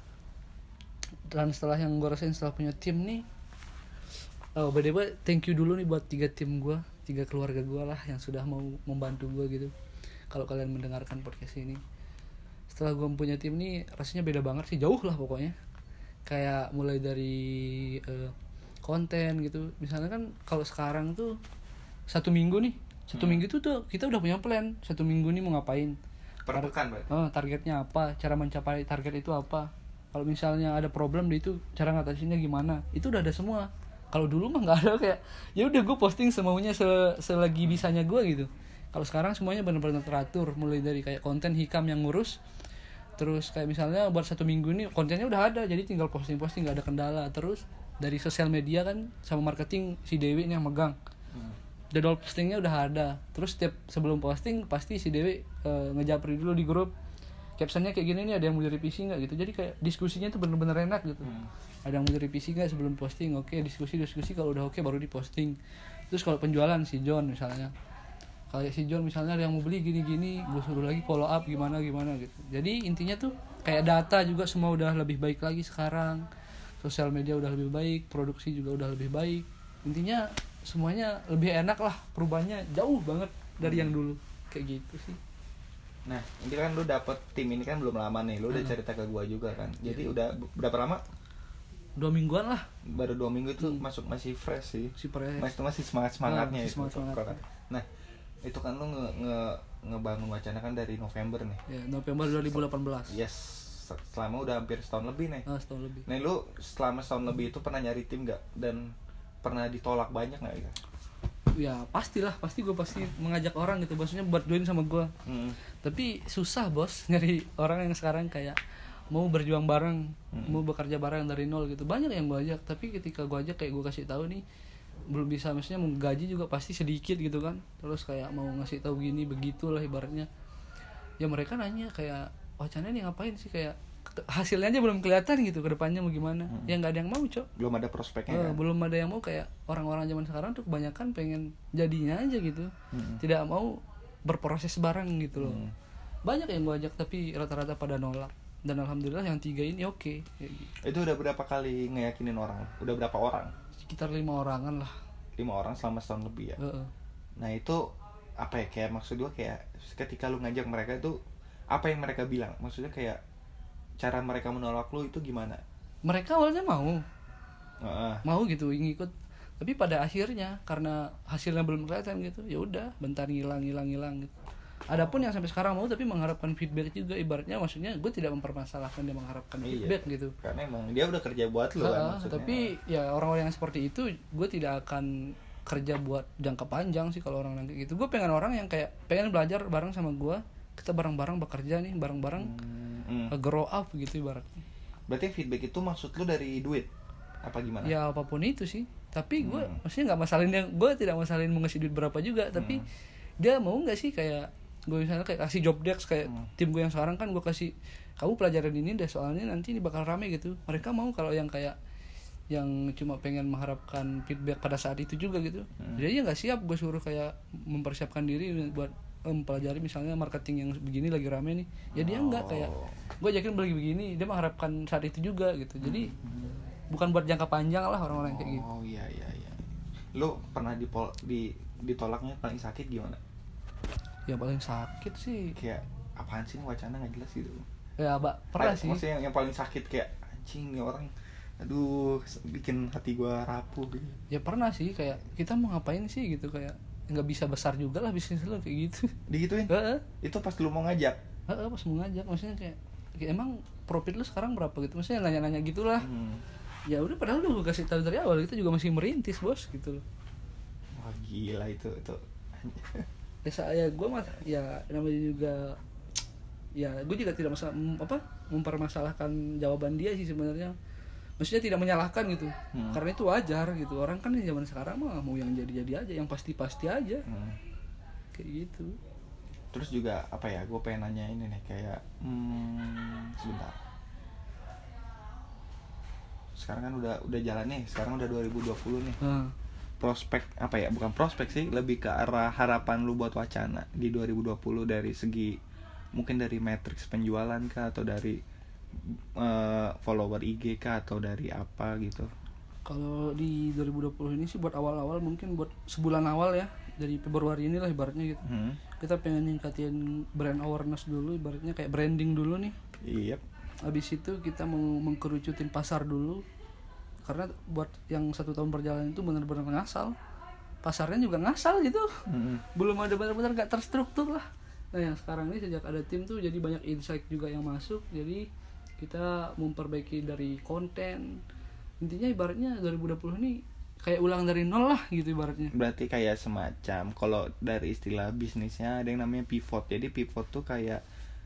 Dan setelah yang gue rasain setelah punya tim nih, by the way thank you dulu nih buat 3 tim gue, 3 keluarga gue lah yang sudah mau membantu gue gitu. Kalau kalian mendengarkan podcast ini, setelah gue punya tim nih rasanya beda banget sih, jauh lah pokoknya. Kayak mulai dari konten gitu, misalnya kan kalau sekarang tuh 1 minggu nih, 1 minggu tuh kita udah punya plan 1 minggu nih mau ngapain. per pekan berarti. Targetnya apa, cara mencapai target itu apa, kalau misalnya ada problem di itu cara ngatasinnya gimana, itu udah ada semua. Kalau dulu mah nggak ada, kayak ya udah gue posting semaunya selagi bisanya gue gitu. Kalau sekarang semuanya benar-benar teratur, mulai dari kayak konten Hikam yang ngurus, terus kayak misalnya buat 1 minggu ini kontennya udah ada, jadi tinggal posting nggak ada kendala. Terus dari sosial media kan sama marketing si Dewi ini yang megang, jadwal postingnya udah ada. Terus setiap sebelum posting pasti si Dewi ngejapri dulu di grup, captionnya kayak gini nih, ada yang mau direvisi nggak gitu. Jadi kayak diskusinya tuh bener-bener enak gitu. Ada yang mau direvisi nggak sebelum posting, oke, diskusi kalau udah oke baru diposting. Terus kalau penjualan si John misalnya, kayak si John misalnya ada yang mau beli gini-gini, gue suruh lagi follow up gimana gitu. Jadi intinya tuh kayak data juga semua udah lebih baik lagi sekarang, sosial media udah lebih baik, produksi juga udah lebih baik. Intinya semuanya lebih enak lah, perubahannya jauh banget dari yang dulu, kayak gitu sih. Nah, ini kan lu dapet tim ini kan belum lama nih, lu udah cerita ke gua juga kan. Jadi udah berapa lama? 2 mingguan lah. Baru 2 minggu itu masih fresh sih. Masih semangatnya itu. Semangat. Nah, itu kan lu ngebangun Wacana kan dari November nih. Ya, November 2018. Yes, selama udah hampir setahun lebih nih. Setahun lebih. Nah, lu selama setahun lebih itu pernah nyari tim gak? Dan pernah ditolak banyak gak ya? Ya pasti gue pasti mengajak orang gitu, maksudnya buat join sama gue. Tapi susah bos nyari orang yang sekarang kayak mau berjuang bareng, mau bekerja bareng dari nol gitu. Banyak yang gue ajak, tapi ketika gue ajak kayak gue kasih tahu nih belum bisa, maksudnya mau gaji juga pasti sedikit gitu kan. Terus kayak mau ngasih tahu gini begitulah ibaratnya. Ya mereka nanya kayak Wacana nih ngapain sih, kayak hasilnya aja belum kelihatan gitu ke depannya mau gimana. Ya nggak ada yang mau, Cok. Belum ada prospeknya kan? Belum ada yang mau, kayak orang-orang zaman sekarang tuh kebanyakan pengen jadinya aja gitu. Tidak mau berproses bareng gitu loh. Banyak yang gue ajak tapi rata-rata pada nolak. Dan alhamdulillah yang 3 ini oke. Gitu. Itu udah berapa kali ngeyakinin orang? Udah berapa orang? Sekitar 5 orangan lah. 5 orang selama setahun lebih ya? Nah itu apa ya, kayak maksud gue kayak ketika lu ngajak mereka itu apa yang mereka bilang? Maksudnya kayak cara mereka menolak lu itu gimana? Mereka awalnya mau gitu ngikut, tapi pada akhirnya karena hasilnya belum kelihatan gitu, ya udah bentar ngilang gitu. Adapun yang sampai sekarang mau tapi mengharapkan feedback juga, ibaratnya maksudnya gue tidak mempermasalahkan dia mengharapkan feedback gitu. Karena emang dia udah kerja buat lu kan maksudnya. Tapi ya orang-orang yang seperti itu gue tidak akan kerja buat jangka panjang sih kalau orang kayak gitu. Gue pengen orang yang kayak pengen belajar bareng sama gue, kita bareng-bareng bekerja nih, bareng-bareng grow up gitu ibaratnya. Berarti feedback itu maksud lu dari duit apa gimana? Ya apapun itu sih. Tapi gue maksudnya nggak masalahin dia, gue tidak masalahin mau ngasih duit berapa juga. Tapi dia mau nggak sih, kayak gue misalnya kayak kasih job desk kayak tim gue yang sekarang kan, gue kasih kamu pelajaran ini deh soalnya nanti ini bakal rame gitu. Mereka mau kalau yang kayak yang cuma pengen mengharapkan feedback pada saat itu juga gitu. Jadi nggak siap gue suruh kayak mempersiapkan diri buat mempelajari misalnya marketing yang begini lagi rame nih. Ya dia nggak, kayak gue ajakin beli begini, dia mengharapkan saat itu juga gitu. Jadi bukan buat jangka panjang lah orang-orang kayak gitu. Oh iya. Lu pernah ditolaknya paling sakit gimana? Yang paling sakit sih kayak apaan sih Wacana nggak jelas gitu. Ya pernah sih. Maksudnya yang paling sakit kayak anjing nih orang, aduh bikin hati gua rapuh gitu. Ya pernah sih, kayak kita mau ngapain sih gitu, kayak nggak bisa besar juga lah bisnis lo kayak gitu. Digituin? Itu pas lu mau ngajak? Pas mau ngajak, maksudnya kayak emang profit lu sekarang berapa gitu, maksudnya nanya-nanya gitulah. Ya udah, padahal udah gue kasih tahu dari awal, kita juga masih merintis bos gitu loh. Wah gila itu. Ya saya gue mah ya namanya juga, ya gue juga tidak mempermasalahkan jawaban dia sih sebenarnya. Maksudnya tidak menyalahkan gitu, karena itu wajar gitu. Orang kan di zaman sekarang mah mau yang jadi-jadi aja, yang pasti-pasti aja, kayak gitu. Terus juga apa ya, gue pengen nanya ini nih, kayak sebentar. Sekarang kan udah jalan nih, sekarang udah 2020 nih. Prospek apa ya, bukan prospek sih, lebih ke arah harapan lu buat Wacana di 2020 dari segi mungkin dari matriks penjualan kah, atau dari follower IG kah, atau dari apa gitu. Kalau di 2020 ini sih buat awal-awal, mungkin buat sebulan awal ya, dari Februari inilah ibaratnya gitu. Kita pengen ningkatin brand awareness dulu, ibaratnya kayak branding dulu nih. Iya. Habis itu kita mau mengkerucutin pasar dulu, karena buat yang 1 tahun perjalanan itu benar-benar ngasal, pasarnya juga ngasal gitu. Belum ada benar-benar nggak terstruktur lah. Nah yang sekarang ini sejak ada tim tuh jadi banyak insight juga yang masuk, jadi kita memperbaiki dari konten. Intinya ibaratnya 2020 ini kayak ulang dari nol lah gitu ibaratnya. Berarti kayak semacam, kalau dari istilah bisnisnya ada yang namanya pivot. Jadi pivot tuh kayak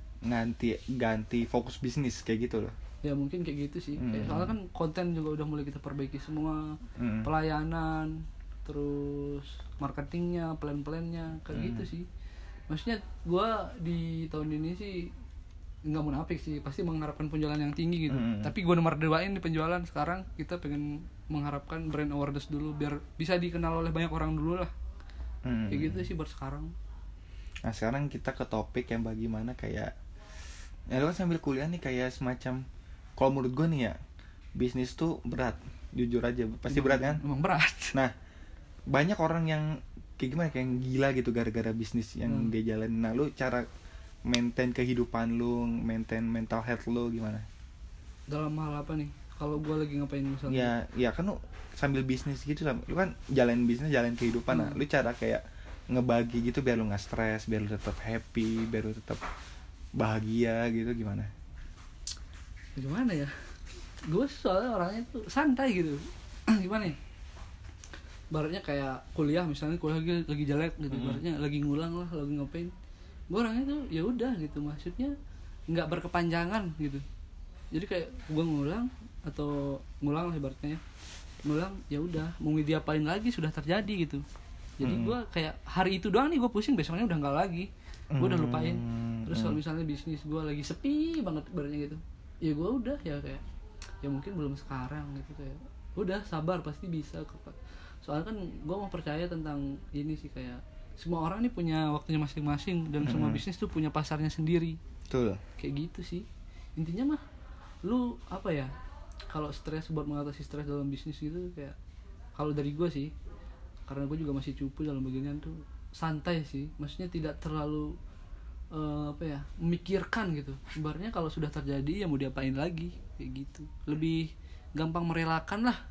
ganti fokus bisnis kayak gitu loh. Ya mungkin kayak gitu sih. Soalnya kan konten juga udah mulai kita perbaiki semua, pelayanan, terus marketingnya, plan-plannya kayak gitu sih. Maksudnya gue di tahun ini sih nggak munafik sih, pasti mengharapkan penjualan yang tinggi gitu. Tapi gue nomor 2-in di penjualan. Sekarang kita pengen mengharapkan brand awareness dulu biar bisa dikenal oleh banyak orang dulu lah. Kayak gitu sih buat sekarang. Nah sekarang kita ke topik yang bagaimana kayak, ya lu kan sambil kuliah nih kayak semacam, kalau menurut gue nih ya, bisnis tuh berat, jujur aja pasti berat kan. Emang berat. Nah banyak orang yang kayak gimana, kayak yang gila gitu gara-gara bisnis yang dia jalanin. Nah lu cara maintain kehidupan lu, maintain mental health lu gimana? Dalam hal apa nih? Kalau gue lagi ngapain misalnya? Ya kan lu sambil bisnis gitu, lu kan jalanin bisnis, jalanin kehidupan. Nah lu cara kayak ngebagi gitu biar lu nggak stres, biar lu tetap happy, biar lu tetap bahagia gitu, gimana? Gimana ya? Gue soalnya orangnya tuh santai gitu. Gimana ya? Baratnya kayak kuliah, misalnya kuliah lagi jelek gitu, baratnya lagi ngulang lah, lagi ngapain. Gue orangnya tuh ya udah gitu, maksudnya nggak berkepanjangan gitu. Jadi kayak gue ngulang lah ibaratnya ya. Ngulang ya udah, mau diapain lagi sudah terjadi gitu. Jadi gue kayak hari itu doang nih gue pusing, besoknya udah nggak lagi. Gue udah lupain. Terus kalau misalnya bisnis gue lagi sepi banget ibaratnya gitu, ya gue udah ya kayak ya mungkin belum sekarang gitu, kayak udah sabar pasti bisa kok. Soalnya kan gue mau percaya tentang ini sih, kayak semua orang nih punya waktunya masing-masing dan semua bisnis tuh punya pasarnya sendiri. Betul. Kayak gitu sih intinya mah. Lu apa ya, kalau stres, buat mengatasi stres dalam bisnis gitu, kayak kalau dari gue sih, karena gue juga masih cupu dalam bagian tuh, santai sih, maksudnya tidak terlalu memikirkan gitu. Ibaratnya kalau sudah terjadi ya mau diapain lagi, kayak gitu. Lebih gampang merelakan lah.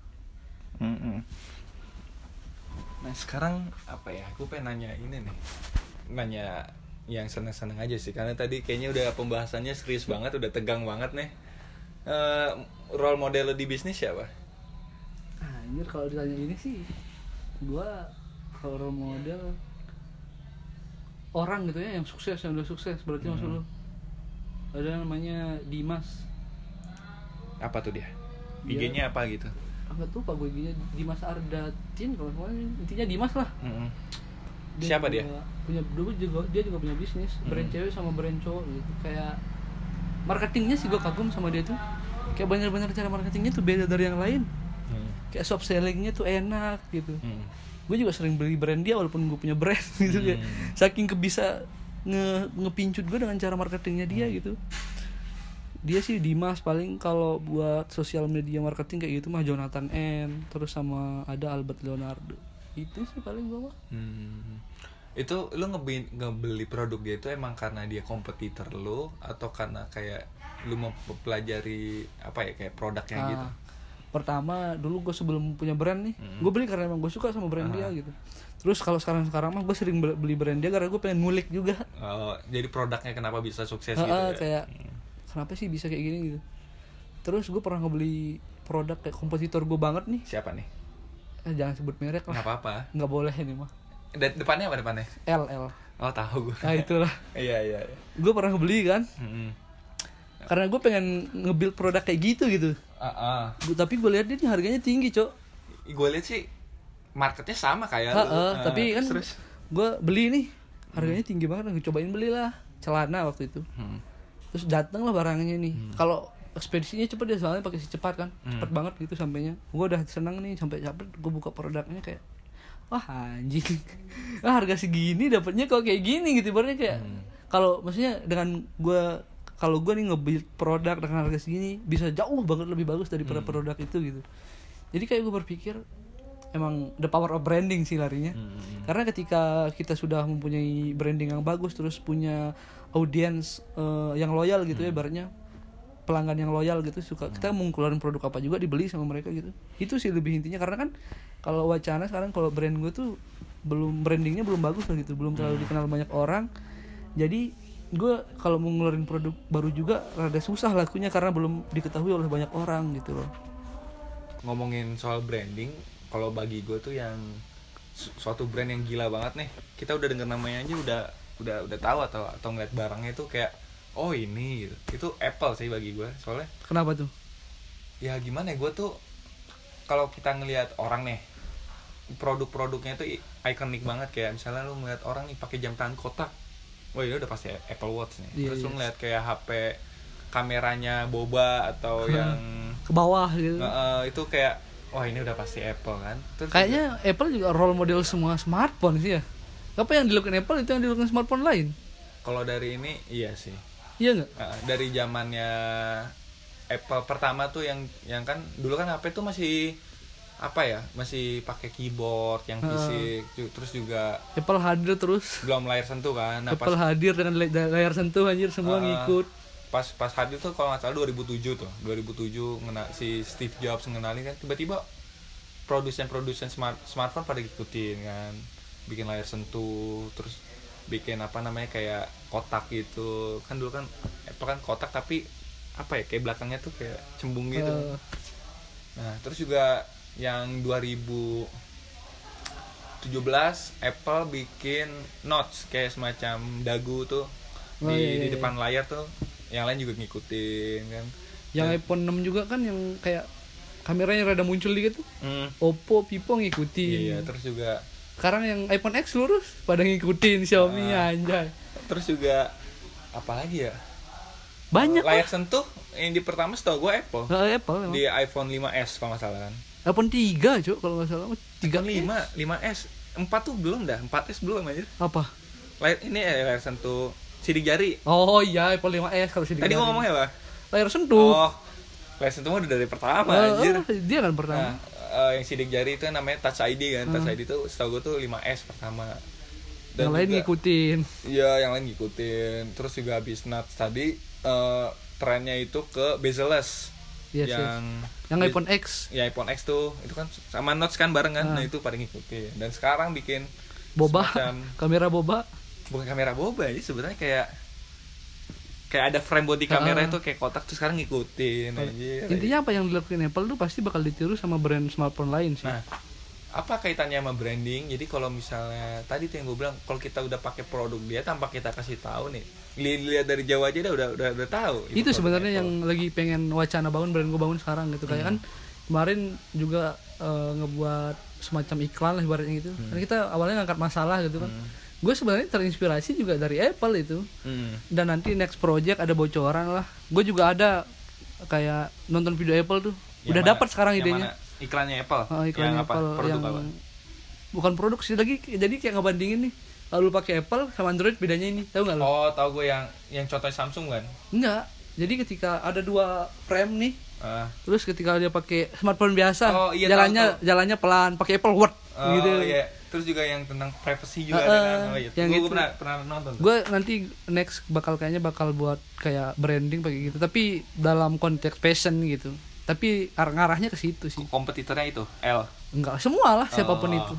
Nah sekarang apa ya, aku pengen nanya ini nih, nanya yang seneng-seneng aja sih, karena tadi kayaknya udah pembahasannya serius banget, udah tegang banget nih. Role model di bisnis siapa? Anjir kalau ditanya ini sih, gua kalau role model orang gitu ya, yang sukses, yang udah sukses berarti. Maksud lu ada namanya Dimas. Apa tuh dia? IG-nya apa gitu? Enggak tuh, Pak, gue IG-nya Dimas Ardatin kalau semuanya, intinya Dimas lah. Siapa dia? Dia juga punya bisnis, brand cewek sama brand cowok gitu. Kayak marketingnya sih gue kagum sama dia tuh. Kayak bener-bener cara marketingnya tuh beda dari yang lain. Kayak soft sellingnya tuh enak gitu. Gue juga sering beli brand dia walaupun gue punya brand gitu. Kayak saking bisa ngepincut gue dengan cara marketingnya dia gitu. Dia sih Dimas. Paling kalau buat sosial media marketing kayak gitu mah Jonathan N, terus sama ada Albert Leonardo. Itu sih paling gue mah. Itu lu ngebeli produk dia itu emang karena dia kompetitor lu, atau karena kayak lu mau pelajari apa ya, kayak produknya gitu? Pertama dulu gue sebelum punya brand nih, gue beli karena emang gue suka sama brand dia gitu. Terus kalau sekarang mah gue sering beli brand dia karena gue pengen ngulik juga. Jadi produknya kenapa bisa sukses gitu ya? Kayak kenapa sih bisa kayak gini gitu. Terus gue pernah ngebeli produk kayak kompetitor gue banget nih. Siapa nih? Jangan sebut merek lah. Nggak apa-apa. Nggak boleh ini mah. Depannya apa depannya? LL. Oh tahu gue. Nah itulah. Iya. Gue pernah ngebeli kan. Karena gue pengen nge-build produk kayak gitu. Tapi gue lihat dia nih harganya tinggi, Cok. Gue lihat sih marketnya sama kayak tapi kan gue beli nih harganya tinggi banget. Gue cobain belilah celana waktu itu. Terus datang lah barangnya nih. Kalau ekspedisinya cepet dia, soalnya pakai si cepat kan, cepet banget gitu sampainya. Gue udah seneng nih, sampai capek gue buka produknya kayak, wah anjing, harga segini dapatnya kok kayak gini gitu. Ibaratnya kayak kalau maksudnya dengan gue, kalau gue nih nge-build produk dengan harga segini bisa jauh banget lebih bagus daripada produk itu gitu. Jadi kayak gue berpikir emang the power of branding sih larinya. Karena ketika kita sudah mempunyai branding yang bagus, terus punya audiens yang loyal gitu ya, ibaratnya pelanggan yang loyal gitu, suka kita mau keluarin produk apa juga dibeli sama mereka gitu. Itu sih lebih intinya. Karena kan kalau Wacana sekarang, kalau brand gue tuh belum, brandingnya belum bagus lah gitu, belum terlalu dikenal banyak orang. Jadi gue kalau mau ngeluarin produk baru juga rada susah lakunya karena belum diketahui oleh banyak orang gitu loh. Ngomongin soal branding, kalau bagi gue tuh yang suatu brand yang gila banget nih, kita udah denger namanya aja udah tahu atau ngeliat barangnya tuh kayak oh ini gitu. Itu Apple sih bagi gue, soalnya. Kenapa tuh? Ya gimana ya, gue tuh kalau kita ngelihat orang nih, produk-produknya tuh ikonik banget, kayak misalnya lu ngeliat orang nih pakai jam tangan kotak, wah ini udah pasti Apple Watch nih. Terus lu ngeliat kayak HP kameranya boba atau yang ke bawah gitu. Itu kayak wah ini udah pasti Apple kan. Terus kayaknya juga, Apple juga role model semua smartphone sih ya. Apa yang dilakukan Apple itu yang dilakukan smartphone lain? Kalau dari ini iya sih. Iya nggak? Dari zamannya Apple pertama tuh yang kan dulu kan HP tuh masih apa ya, masih pakai keyboard yang fisik. Terus juga Apple hadir terus. Belum layar sentuh kan. Nah, Apple hadir dengan layar sentuh, anjir semua ngikut. Pas hadir tuh kalau nggak salah 2007 si Steve Jobs ngenalin kan, tiba-tiba produsen smartphone pada ngikutin kan, bikin layar sentuh, terus bikin apa namanya kayak kotak gitu kan. Dulu kan Apple kan kotak tapi apa ya, kayak belakangnya tuh kayak cembung gitu. Nah terus juga yang 2017 Apple bikin notch kayak semacam dagu tuh di depan layar tuh, yang lain juga ngikutin kan. Yang iPhone 6 juga kan yang kayak kameranya rada muncul dikit tuh. Oppo, Vivo ngikutin. Iya, terus juga sekarang yang iPhone X lurus pada ngikutin Xiaomi, anjay. Terus juga apa lagi ya? Banyak layar sentuh yang di pertama setahu gue Apple. Apple memang. Di iPhone 5S kalau nggak salah kan. iPhone 3 Cuk kalau nggak salah. 5S 4 tuh belum dah, 4S belum aja. Apa? Layar sentuh sidik jari. Oh iya, iPhone 5S kalau sidik jari. Tadi ngomongnya apa? Layar sentuh. Oh, layar sentuh udah dari pertama anjir. Dia kan pertama. Yang sidik jari itu namanya Touch ID kan. Touch ID itu setahu gue tuh 5S pertama. Dan yang lain ngikutin. Iya, yang lain ngikutin. Terus juga habis Notch tadi trennya itu ke bezel-less. Yes, yang iPhone X. Ya iPhone X tuh itu kan sama Notch kan bareng kan. Nah itu pada ngikutin. Dan sekarang bikin boba, kamera boba. Bukan kamera boba, jadi sebenarnya kayak ada frame body kamera itu kayak kotak, tuh sekarang ngikutin aja. Intinya apa yang dilakukan Apple tuh pasti bakal ditiru sama brand smartphone lain sih. Nah, apa kaitannya sama branding? Jadi kalau misalnya tadi tuh yang gue bilang, kalau kita udah pakai produk dia tanpa kita kasih tahu nih, lihat dari jauh aja udah tahu. Itu sebenarnya yang lagi pengen wacana bangun, brand gue bangun sekarang gitu. Kayak kan kemarin juga ngebuat semacam iklan lah ibaratnya gitu. Kan kita awalnya ngangkat masalah gitu kan. Gue sebenarnya terinspirasi juga dari Apple itu. Dan nanti next project ada bocoran lah. Gue juga ada kayak nonton video Apple tuh. Udah dapat sekarang idenya. Iklannya Apple. Iklannya Apple yang apa? Bukan produk sih lagi, jadi kayak ngebandingin nih. Lalu pakai Apple sama Android bedanya ini, tahu nggak lo? Oh, tahu gue yang contohnya Samsung kan? Enggak. Jadi ketika ada dua frame nih, terus ketika dia pakai smartphone biasa, jalannya pelan, pakai Apple Watch gitu. Iya. Terus juga yang tentang privacy juga ada kan. Yang gue pernah nonton. Gue nanti next bakal buat kayak branding pakai gitu, tapi dalam konteks fashion gitu. Tapi ngarahnya ke situ sih. Kompetitornya itu L. Enggak, semua lah siapapun itu.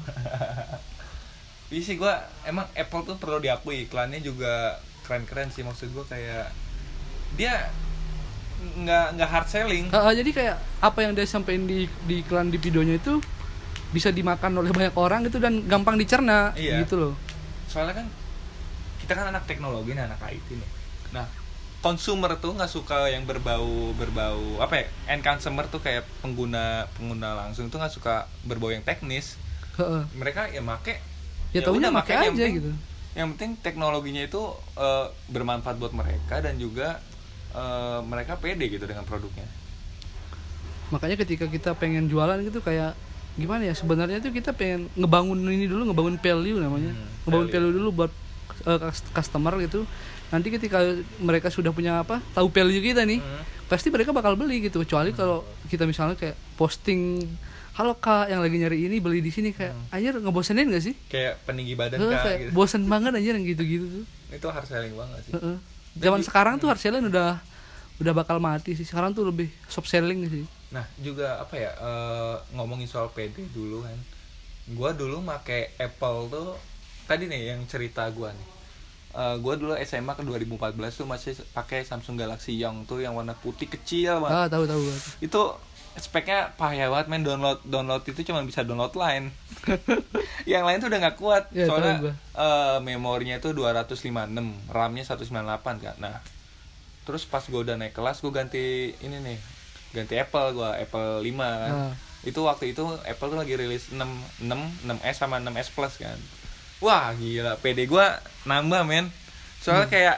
Iya sih, gue emang Apple tuh perlu diakui, iklannya juga keren-keren sih. Maksud gue kayak dia nggak hard selling. Jadi kayak apa yang dia sampaikan di iklan di videonya itu bisa dimakan oleh banyak orang gitu dan gampang dicerna gitu loh. Soalnya kan kita kan anak teknologi nih, anak IT nih. Nah, consumer tuh nggak suka yang berbau apa ya? End consumer tuh kayak pengguna langsung tuh nggak suka berbau yang teknis. Mereka ya make. Ya taunya make aja gitu. Yang penting teknologinya itu bermanfaat buat mereka dan juga mereka pede gitu dengan produknya. Makanya ketika kita pengen jualan gitu kayak gimana ya, sebenarnya tuh kita pengen ngebangun value namanya. Ngebangun value dulu buat customer gitu. Nanti ketika mereka sudah punya tahu value kita nih, pasti mereka bakal beli gitu. Kecuali kalau kita misalnya kayak posting, halo kak yang lagi nyari ini beli di sini, kayak anjir ngebosenin gak sih? Kayak peninggi badan kak kayak gitu. Bosen banget anjir yang gitu-gitu tuh. Itu hard selling banget sih. Zaman sekarang tuh hard selling udah bakal mati sih. Sekarang tuh lebih soft selling sih. Nah juga apa ya, ngomongin soal PD dulu kan, gue dulu make Apple tuh tadi nih yang cerita gue nih, Gue dulu SMA ke 2014 tuh masih pakai Samsung Galaxy Young tuh yang warna putih kecil banget. Tahu. Itu speknya payah banget men, download itu cuma bisa download Line. Yang lain tuh udah nggak kuat. Ya, soalnya memorinya itu 256, RAM-nya 198 kan. Nah, terus pas gue udah naik kelas gue ganti Apple, gue Apple 5 kan. Itu waktu itu Apple tuh lagi rilis 6S sama 6S Plus kan. Wah gila, PD gue nambah men. Soalnya kayak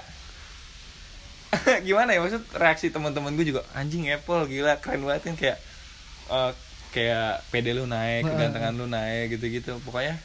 gimana ya, maksud reaksi teman-teman gue juga, anjing Apple gila keren banget kan, kayak PD lu naik, kegantengan lu naik gitu-gitu. Pokoknya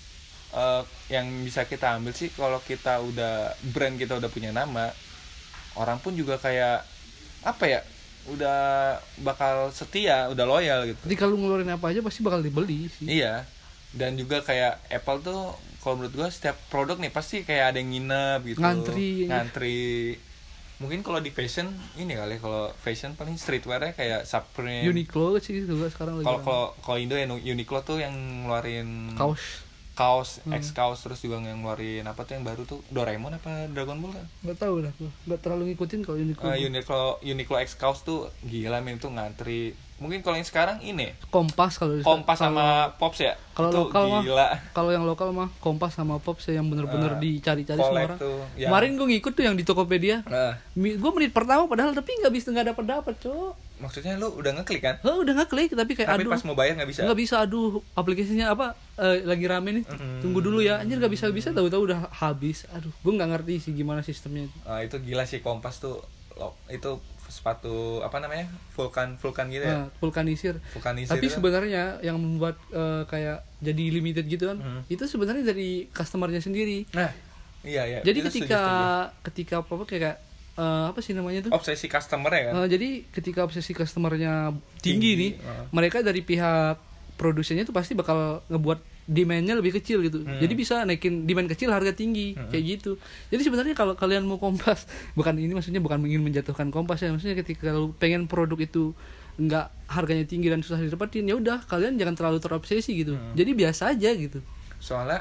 yang bisa kita ambil sih, kalau kita udah brand kita udah punya nama, orang pun juga kayak apa ya, udah bakal setia, udah loyal gitu. Jadi kalau ngeluarin apa aja pasti bakal dibeli sih. Iya. Dan juga kayak Apple tuh kalau menurut gue setiap produk nih pasti kayak ada yang nginep gitu. Ngantri. Mungkin kalau di fashion ini kali, kalau fashion paling streetwear-nya kayak Supreme, Uniqlo sih juga sekarang lagi. Kalau Indo ya Uniqlo tuh yang ngeluarin kaos, X-kaos, terus juga yang ngeluarin apa tuh yang baru tuh, Doraemon apa Dragon Ball kan? Nggak tahu dah, nggak terlalu ngikutin kalau Uniqlo X-kaos tuh gila men, tuh ngantri. Mungkin kalau yang sekarang ini Kompas sama Pops ya. Kalau lokal gila. Kalau yang lokal mah Kompas sama Pops yang bener-bener dicari-cari semua orang. Ya. Kemarin gue ngikut tuh yang di Tokopedia. Gue menit pertama padahal tapi nggak dapat cok. Maksudnya lu udah ngeklik kan? Udah ngeklik tapi kayak tapi pas mau bayar nggak bisa. Nggak bisa, aduh aplikasinya apa lagi rame nih. Tunggu dulu ya. Anjir nggak bisa tahu-tahu udah habis. Aduh, gue nggak ngerti sih gimana sistemnya itu. Itu gila sih Kompas tuh. Itu sepatu apa namanya, vulkan gitu ya, vulkanisir. Tapi sebenarnya yang membuat kayak jadi limited gitu kan, itu sebenarnya dari customernya sendiri. Nah iya jadi ketika apa kayak apa sih namanya tuh, obsesi customer ya kan. Jadi ketika obsesi customernya tinggi nih, mereka dari pihak produsennya tuh pasti bakal ngebuat demand-nya lebih kecil gitu. Jadi bisa naikin demand kecil, harga tinggi, kayak gitu. Jadi sebenarnya kalau kalian mau Kompas, bukan ingin menjatuhkan Kompas ya, maksudnya ketika lu pengen produk itu enggak harganya tinggi dan susah didapatin, ya udah kalian jangan terlalu terobsesi gitu. Jadi biasa aja gitu. Soalnya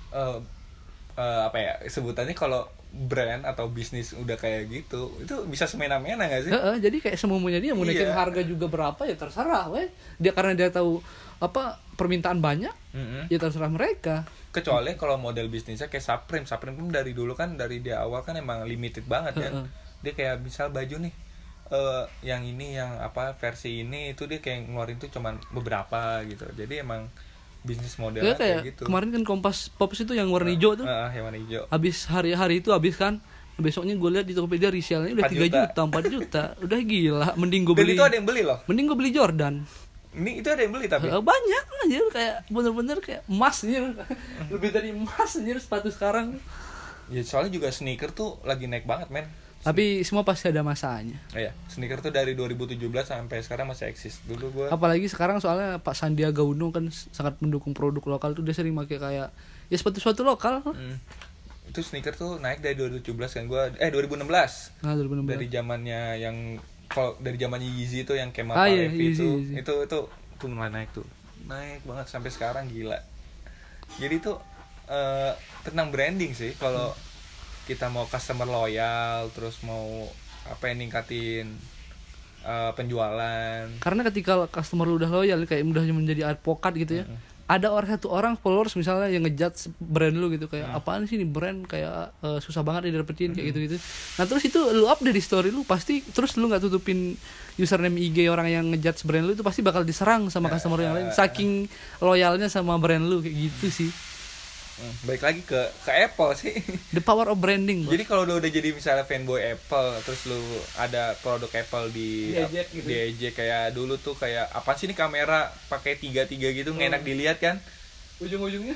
apa ya sebutannya, kalau brand atau bisnis udah kayak gitu, itu bisa semena-mena nggak sih? Jadi kayak semuanya dia mau naikin harga juga berapa ya terserah, weh. Dia karena dia tahu apa permintaan banyak, ya terserah mereka. Kecuali kalau model bisnisnya kayak Supreme pun dari dulu kan, dari dia awal kan emang limited banget kan. Dia kayak misal baju nih, yang ini yang apa versi ini itu dia kayak ngeluarin tuh cuman beberapa gitu. Jadi emang bisnis modelnya kayak gitu. Kemarin kan Kompas Pops itu yang warna hijau tuh. Yang warna hijau. Habis hari itu kan. Besoknya gue lihat di Tokopedia resellnya udah 3 juta, 4 juta. Udah gila, mending gue beli. Dan itu ada yang beli loh. Mending gue beli Jordan. Ini itu ada yang beli tapi banyak aja, kayak bener-bener kayak emas nih. Lebih dari emas anjir sepatu sekarang. Ya soalnya juga sneaker tuh lagi naik banget men. Tapi semua pasti ada masanya. Iya, sneaker tuh dari 2017 sampai sekarang masih eksis. Dulu gua apalagi sekarang soalnya Pak Sandiaga Uno kan sangat mendukung produk lokal tuh, dia sering pakai kayak ya sepatu-sepatu lokal. Itu sneaker tuh naik dari 2017 kan gua 2016. Nah, 2016. Dari zamannya yang dari zamannya Yeezy itu yang Kemal Palevi itu mulai naik banget sampai sekarang, gila. Jadi tuh tentang branding sih, kalau kita mau customer loyal, terus mau apa yang ningkatin penjualan. Karena ketika customer lu udah loyal kayak udah menjadi advokat gitu ya. Ada satu orang followers misalnya yang ngejudge brand lu gitu, kayak apaan sih ini brand kayak susah banget didapetin kayak gitu. Nah terus itu lu update di story lu, pasti terus lu nggak tutupin username IG orang yang ngejudge brand lu, itu pasti bakal diserang sama customer yang lain saking loyalnya sama brand lu kayak gitu sih. Baik lagi ke Apple sih. The power of branding. Jadi kalau udah jadi misalnya fanboy Apple, terus lu ada produk Apple diejek kayak dulu tuh, kayak apa sih ini kamera pakai 3 gitu, ngenak dilihat kan. Ujung-ujungnya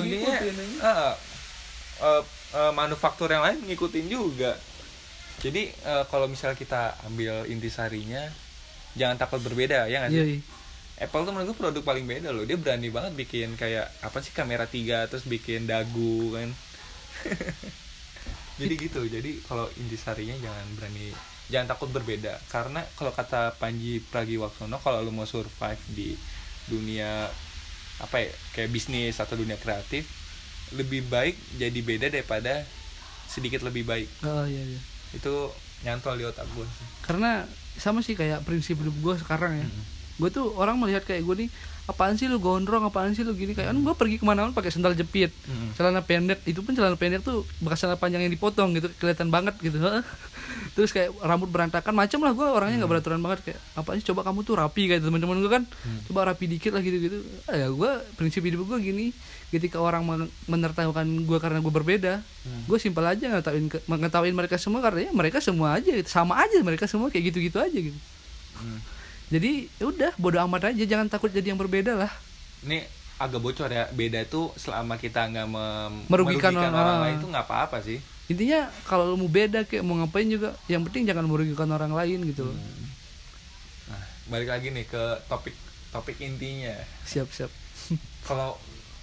manufaktur yang lain ngikutin juga. Jadi kalau misalnya kita ambil intisarinya, jangan takut berbeda, ya nggak sih? Apple tuh menurut gue produk paling beda loh. Dia berani banget bikin kayak apa sih kamera 3 terus bikin dagu kan. Jadi gitu. Jadi kalau intisarinya jangan takut berbeda. Karena kalau kata Panji Pragiwaksono, kalau lu mau survive di dunia apa ya, kayak bisnis atau dunia kreatif, lebih baik jadi beda daripada sedikit lebih baik. Oh iya. Itu nyantol di otak gue. Karena sama sih kayak prinsip hidup gue sekarang ya. Gue tuh orang melihat kayak gue nih, apaan sih lu gondrong, apaan sih lu gini, kayak gue pergi kemana-mana pakai sandal jepit, celana pendek, itu pun celana pendek tuh bekas celana panjang yang dipotong gitu, kelihatan banget gitu. Terus kayak rambut berantakan macam lah, gue orangnya nggak beraturan banget, kayak apaan sih, coba kamu tuh rapi kayak teman-teman gue kan, coba rapi dikit lah gitu. Ya gue prinsip hidup gue gini, ketika orang menertawakan gue karena gue berbeda, gue simpel aja ngetawain mereka semua karena ya mereka semua aja gitu, sama aja mereka semua kayak gitu-gitu aja gitu. Jadi udah bodo amat aja, jangan takut jadi yang berbeda lah. Ini agak bocor ya, beda itu selama kita nggak merugikan orang lain itu nggak apa-apa sih. Intinya kalau lu mau beda kayak mau ngapain juga, yang penting jangan merugikan orang lain gitu loh. Nah, balik lagi nih ke topik intinya. Siap. Kalau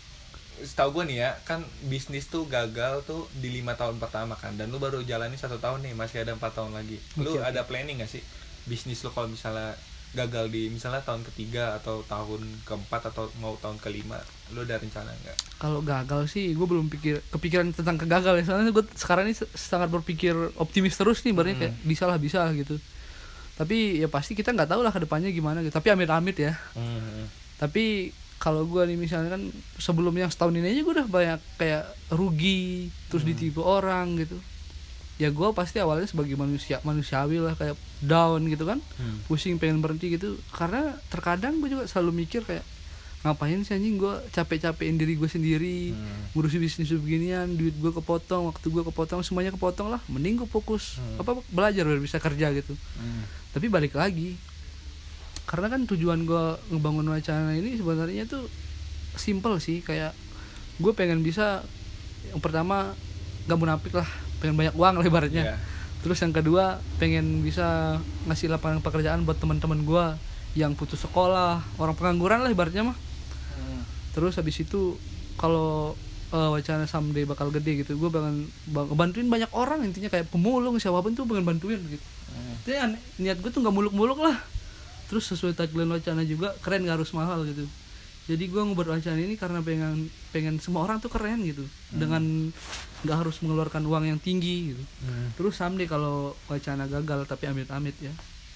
setahu gue nih ya, kan bisnis tuh gagal tuh di 5 tahun pertama kan, dan lu baru jalani 1 tahun nih, masih ada 4 tahun lagi. Lu ada planning gak sih bisnis lu kalau misalnya gagal di misalnya tahun ketiga atau tahun keempat atau mau tahun kelima, lu ada rencana nggak? Kalau gagal sih gue belum kepikiran tentang kegagal ya, soalnya gue sekarang ini sangat berpikir optimis terus nih, berarti kayak bisa lah gitu. Tapi ya pasti kita nggak tahu lah kedepannya gimana gitu, tapi amit-amit ya. Tapi kalau gue nih misalnya kan sebelum yang setahun ini aja gue udah banyak kayak rugi terus ditipu orang gitu. Ya gue pasti awalnya sebagai manusiawi lah, kayak down gitu kan, pusing pengen berhenti gitu. Karena terkadang gue juga selalu mikir kayak ngapain sih anjing gue capek-capekin diri gue sendiri, ngurusin bisnis beginian, duit gue kepotong, waktu gue kepotong, semuanya kepotong lah. Mending gue fokus belajar biar bisa kerja gitu. Tapi balik lagi, karena kan tujuan gue ngebangun wacana ini sebenarnya tuh simple sih, kayak gue pengen bisa, yang pertama gak munafik lah, pengen banyak uang lah ibaratnya. Terus yang kedua pengen bisa ngasih lapangan pekerjaan buat teman-teman gue yang putus sekolah, orang pengangguran lah ibaratnya mah. Terus habis itu kalau wacana someday bakal gede gitu, gue pengen bantuin banyak orang, intinya kayak pemulung siapapun tuh pengen bantuin gitu. Jadi niat gue tuh nggak muluk-muluk lah. Terus sesuai tagline wacana juga, keren gak harus mahal gitu. Jadi gue ngebuat wacana ini karena pengen semua orang tuh keren gitu, dengan nggak harus mengeluarkan uang yang tinggi gitu. Terus someday kalau wacana gagal, tapi amit-amit ya,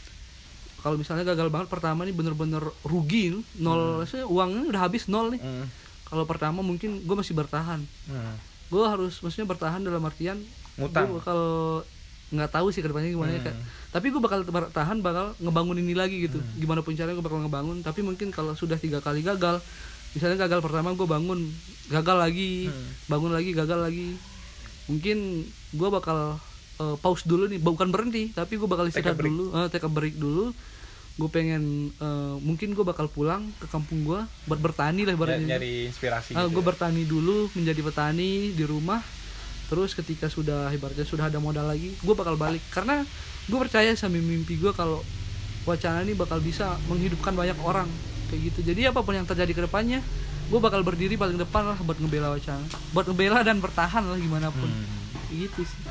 kalau misalnya gagal banget pertama nih bener-bener rugi nol, maksudnya uangnya udah habis nol nih. Kalau pertama mungkin gue masih bertahan. Gue harus maksudnya bertahan dalam artian ngutang. Gue bakal nggak tahu sih kedepannya gimana ya, tapi gue bakal bertahan, bakal ngebangun ini lagi gitu. Gimana pun caranya gue bakal ngebangun. Tapi mungkin kalau sudah 3 kali gagal, misalnya gagal pertama gue bangun, gagal lagi, bangun lagi, gagal lagi, mungkin gue bakal pause dulu nih, bukan berhenti, tapi gue bakal istirahat dulu, take a break dulu. Gue pengen mungkin gue bakal pulang ke kampung gue buat bertani lah ibaratnya. Nyari inspirasi gitu. Gue bertani dulu, menjadi petani di rumah. Terus ketika sudah ibaratnya sudah ada modal lagi, gue bakal balik, karena gue percaya sama mimpi gue kalau wacana ini bakal bisa menghidupkan banyak orang kayak gitu. Jadi apapun yang terjadi ke depannya, gue bakal berdiri paling depan lah buat ngebela wacana, buat ngebela dan bertahan lah gimana pun. Gitu sih.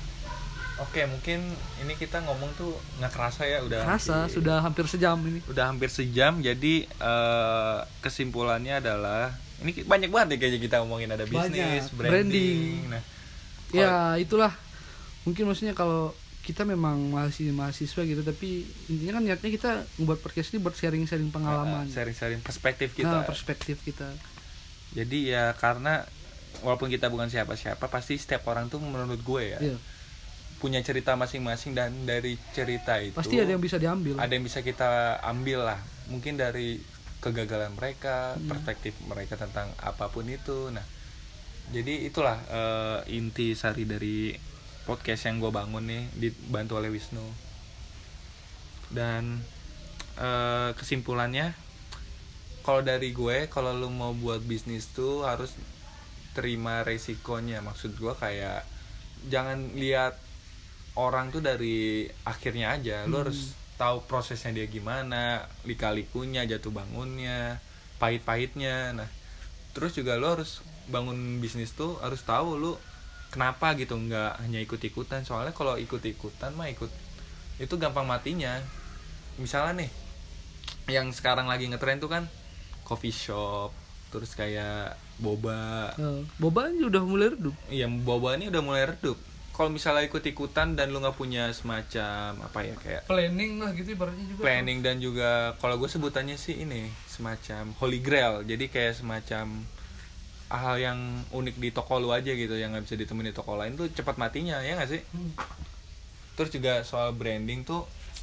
Oke, mungkin ini kita ngomong tuh nggak kerasa ya, udah kerasa sudah hampir sejam ini. Udah hampir sejam, jadi kesimpulannya adalah ini banyak banget ya kayaknya kita ngomongin, ada bisnis, branding. Nah, ya itulah mungkin maksudnya kalau kita memang masih mahasiswa gitu, tapi intinya kan niatnya kita membuat podcast ini buat sharing-sharing pengalaman, sharing-sharing perspektif kita. Jadi ya karena walaupun kita bukan siapa-siapa, pasti setiap orang tuh menurut gue ya punya cerita masing-masing, dan dari cerita itu pasti ada yang bisa diambil, ada yang bisa kita ambil lah, mungkin dari kegagalan mereka, perspektif mereka tentang apapun itu. Nah, jadi itulah inti sari dari podcast yang gue bangun nih, dibantu oleh Wisnu. Dan kesimpulannya, kalau dari gue, kalau lu mau buat bisnis tuh harus terima resikonya. Maksud gue kayak jangan lihat orang tuh dari akhirnya aja. Lu harus tahu prosesnya dia gimana, lika-likunya, jatuh bangunnya, pahit-pahitnya. Nah, terus juga lu harus bangun bisnis tuh harus tahu lu kenapa gitu, nggak hanya ikut-ikutan. Soalnya kalau ikut-ikutan mah itu gampang matinya. Misalnya nih yang sekarang lagi ngetren tuh kan coffee shop, terus kayak boba. Boba ini udah mulai redup. Iya, boba ini udah mulai redup. kalau misalnya ikut-ikutan dan lu nggak punya semacam apa ya kayak planning lah gitu ibaratnya juga. Planning dan juga kalau gue sebutannya sih ini semacam holy grail. Jadi kayak semacam hal yang unik di toko lu aja gitu yang nggak bisa ditemuin di toko lain tuh cepat matinya ya nggak sih? Terus juga soal branding tuh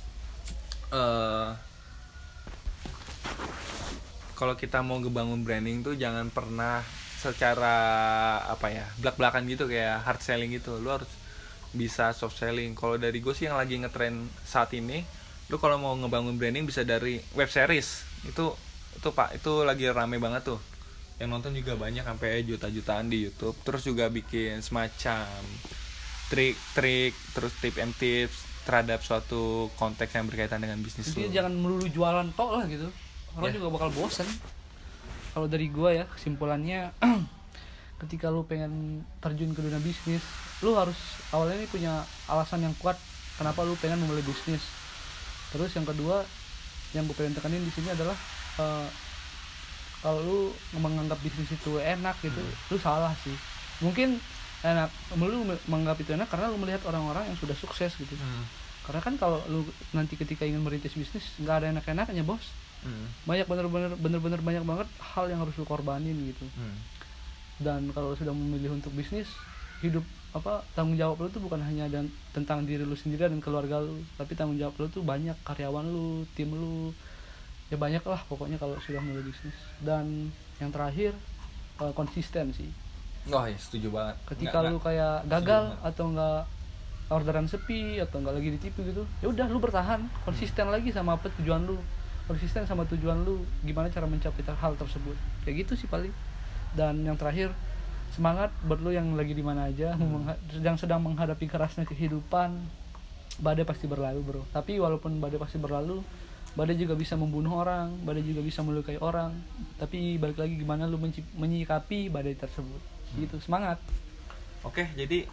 kalau kita mau ngebangun branding tuh jangan pernah secara apa ya belak-belakan gitu kayak hard selling gitu. Lu harus bisa soft selling. Kalau dari gue sih yang lagi ngetren saat ini, lu kalau mau ngebangun branding bisa dari web series. Itu Pak, itu lagi rame banget tuh. Yang nonton juga banyak sampai juta-jutaan di YouTube. Terus juga bikin semacam trik-trik, terus tips and tips terhadap suatu konteks yang berkaitan dengan bisnis lu. Jadi jangan melulu jualan tok lah gitu. Orang juga bakal bosen. Kalau dari gue ya kesimpulannya ketika lu pengen terjun ke dunia bisnis, lu harus awalnya ini punya alasan yang kuat kenapa lu pengen memulai bisnis. Terus yang kedua yang gue pengen tekanin di sini adalah kalau lu menganggap bisnis itu enak gitu, lu salah sih. Mungkin enak, lu menganggap itu enak karena lu melihat orang-orang yang sudah sukses gitu. Karena kan kalau lu nanti ketika ingin merintis bisnis nggak ada enak-enaknya bos. Banyak bener-bener banyak banget hal yang harus lu korbanin gitu. Dan kalau sudah memilih untuk bisnis, hidup tanggung jawab lu tuh bukan hanya tentang diri lu sendiri dan keluarga lu, tapi tanggung jawab lu tuh banyak, karyawan lu, tim lu, ya banyak lah pokoknya kalau sudah mulai bisnis. Dan yang terakhir konsisten sih. Oh ya setuju banget. Ketika lu kayak gagal atau enggak orderan sepi atau enggak lagi di TV gitu, ya udah lu bertahan, konsisten lagi sama apa tujuan lu, konsisten sama tujuan lu, gimana cara mencapai hal tersebut, kayak gitu sih paling. Dan yang terakhir, semangat buat lu yang lagi di mana aja, yang sedang menghadapi kerasnya kehidupan. Badai pasti berlalu bro, tapi walaupun badai pasti berlalu, badai juga bisa membunuh orang, badai juga bisa melukai orang. Tapi balik lagi gimana lu menyikapi badai tersebut. Gitu, semangat. Oke, jadi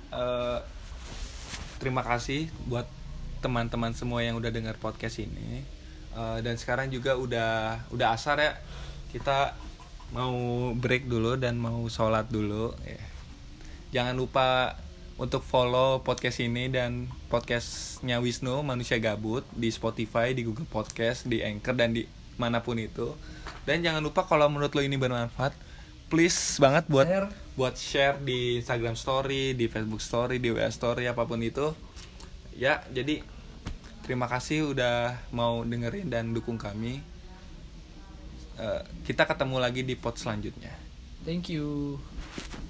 terima kasih buat teman-teman semua yang udah dengar podcast ini. Dan sekarang juga udah asar ya. Kita mau break dulu dan mau sholat dulu ya. Jangan lupa untuk follow podcast ini dan podcastnya Wisnu Manusia Gabut di Spotify, di Google Podcast, di Anchor dan di manapun itu. Dan jangan lupa kalau menurut lo ini bermanfaat, please banget buat share di Instagram Story, di Facebook Story, di WA Story, apapun itu. Ya, jadi terima kasih udah mau dengerin dan dukung kami. Kita ketemu lagi di pod selanjutnya. Thank you.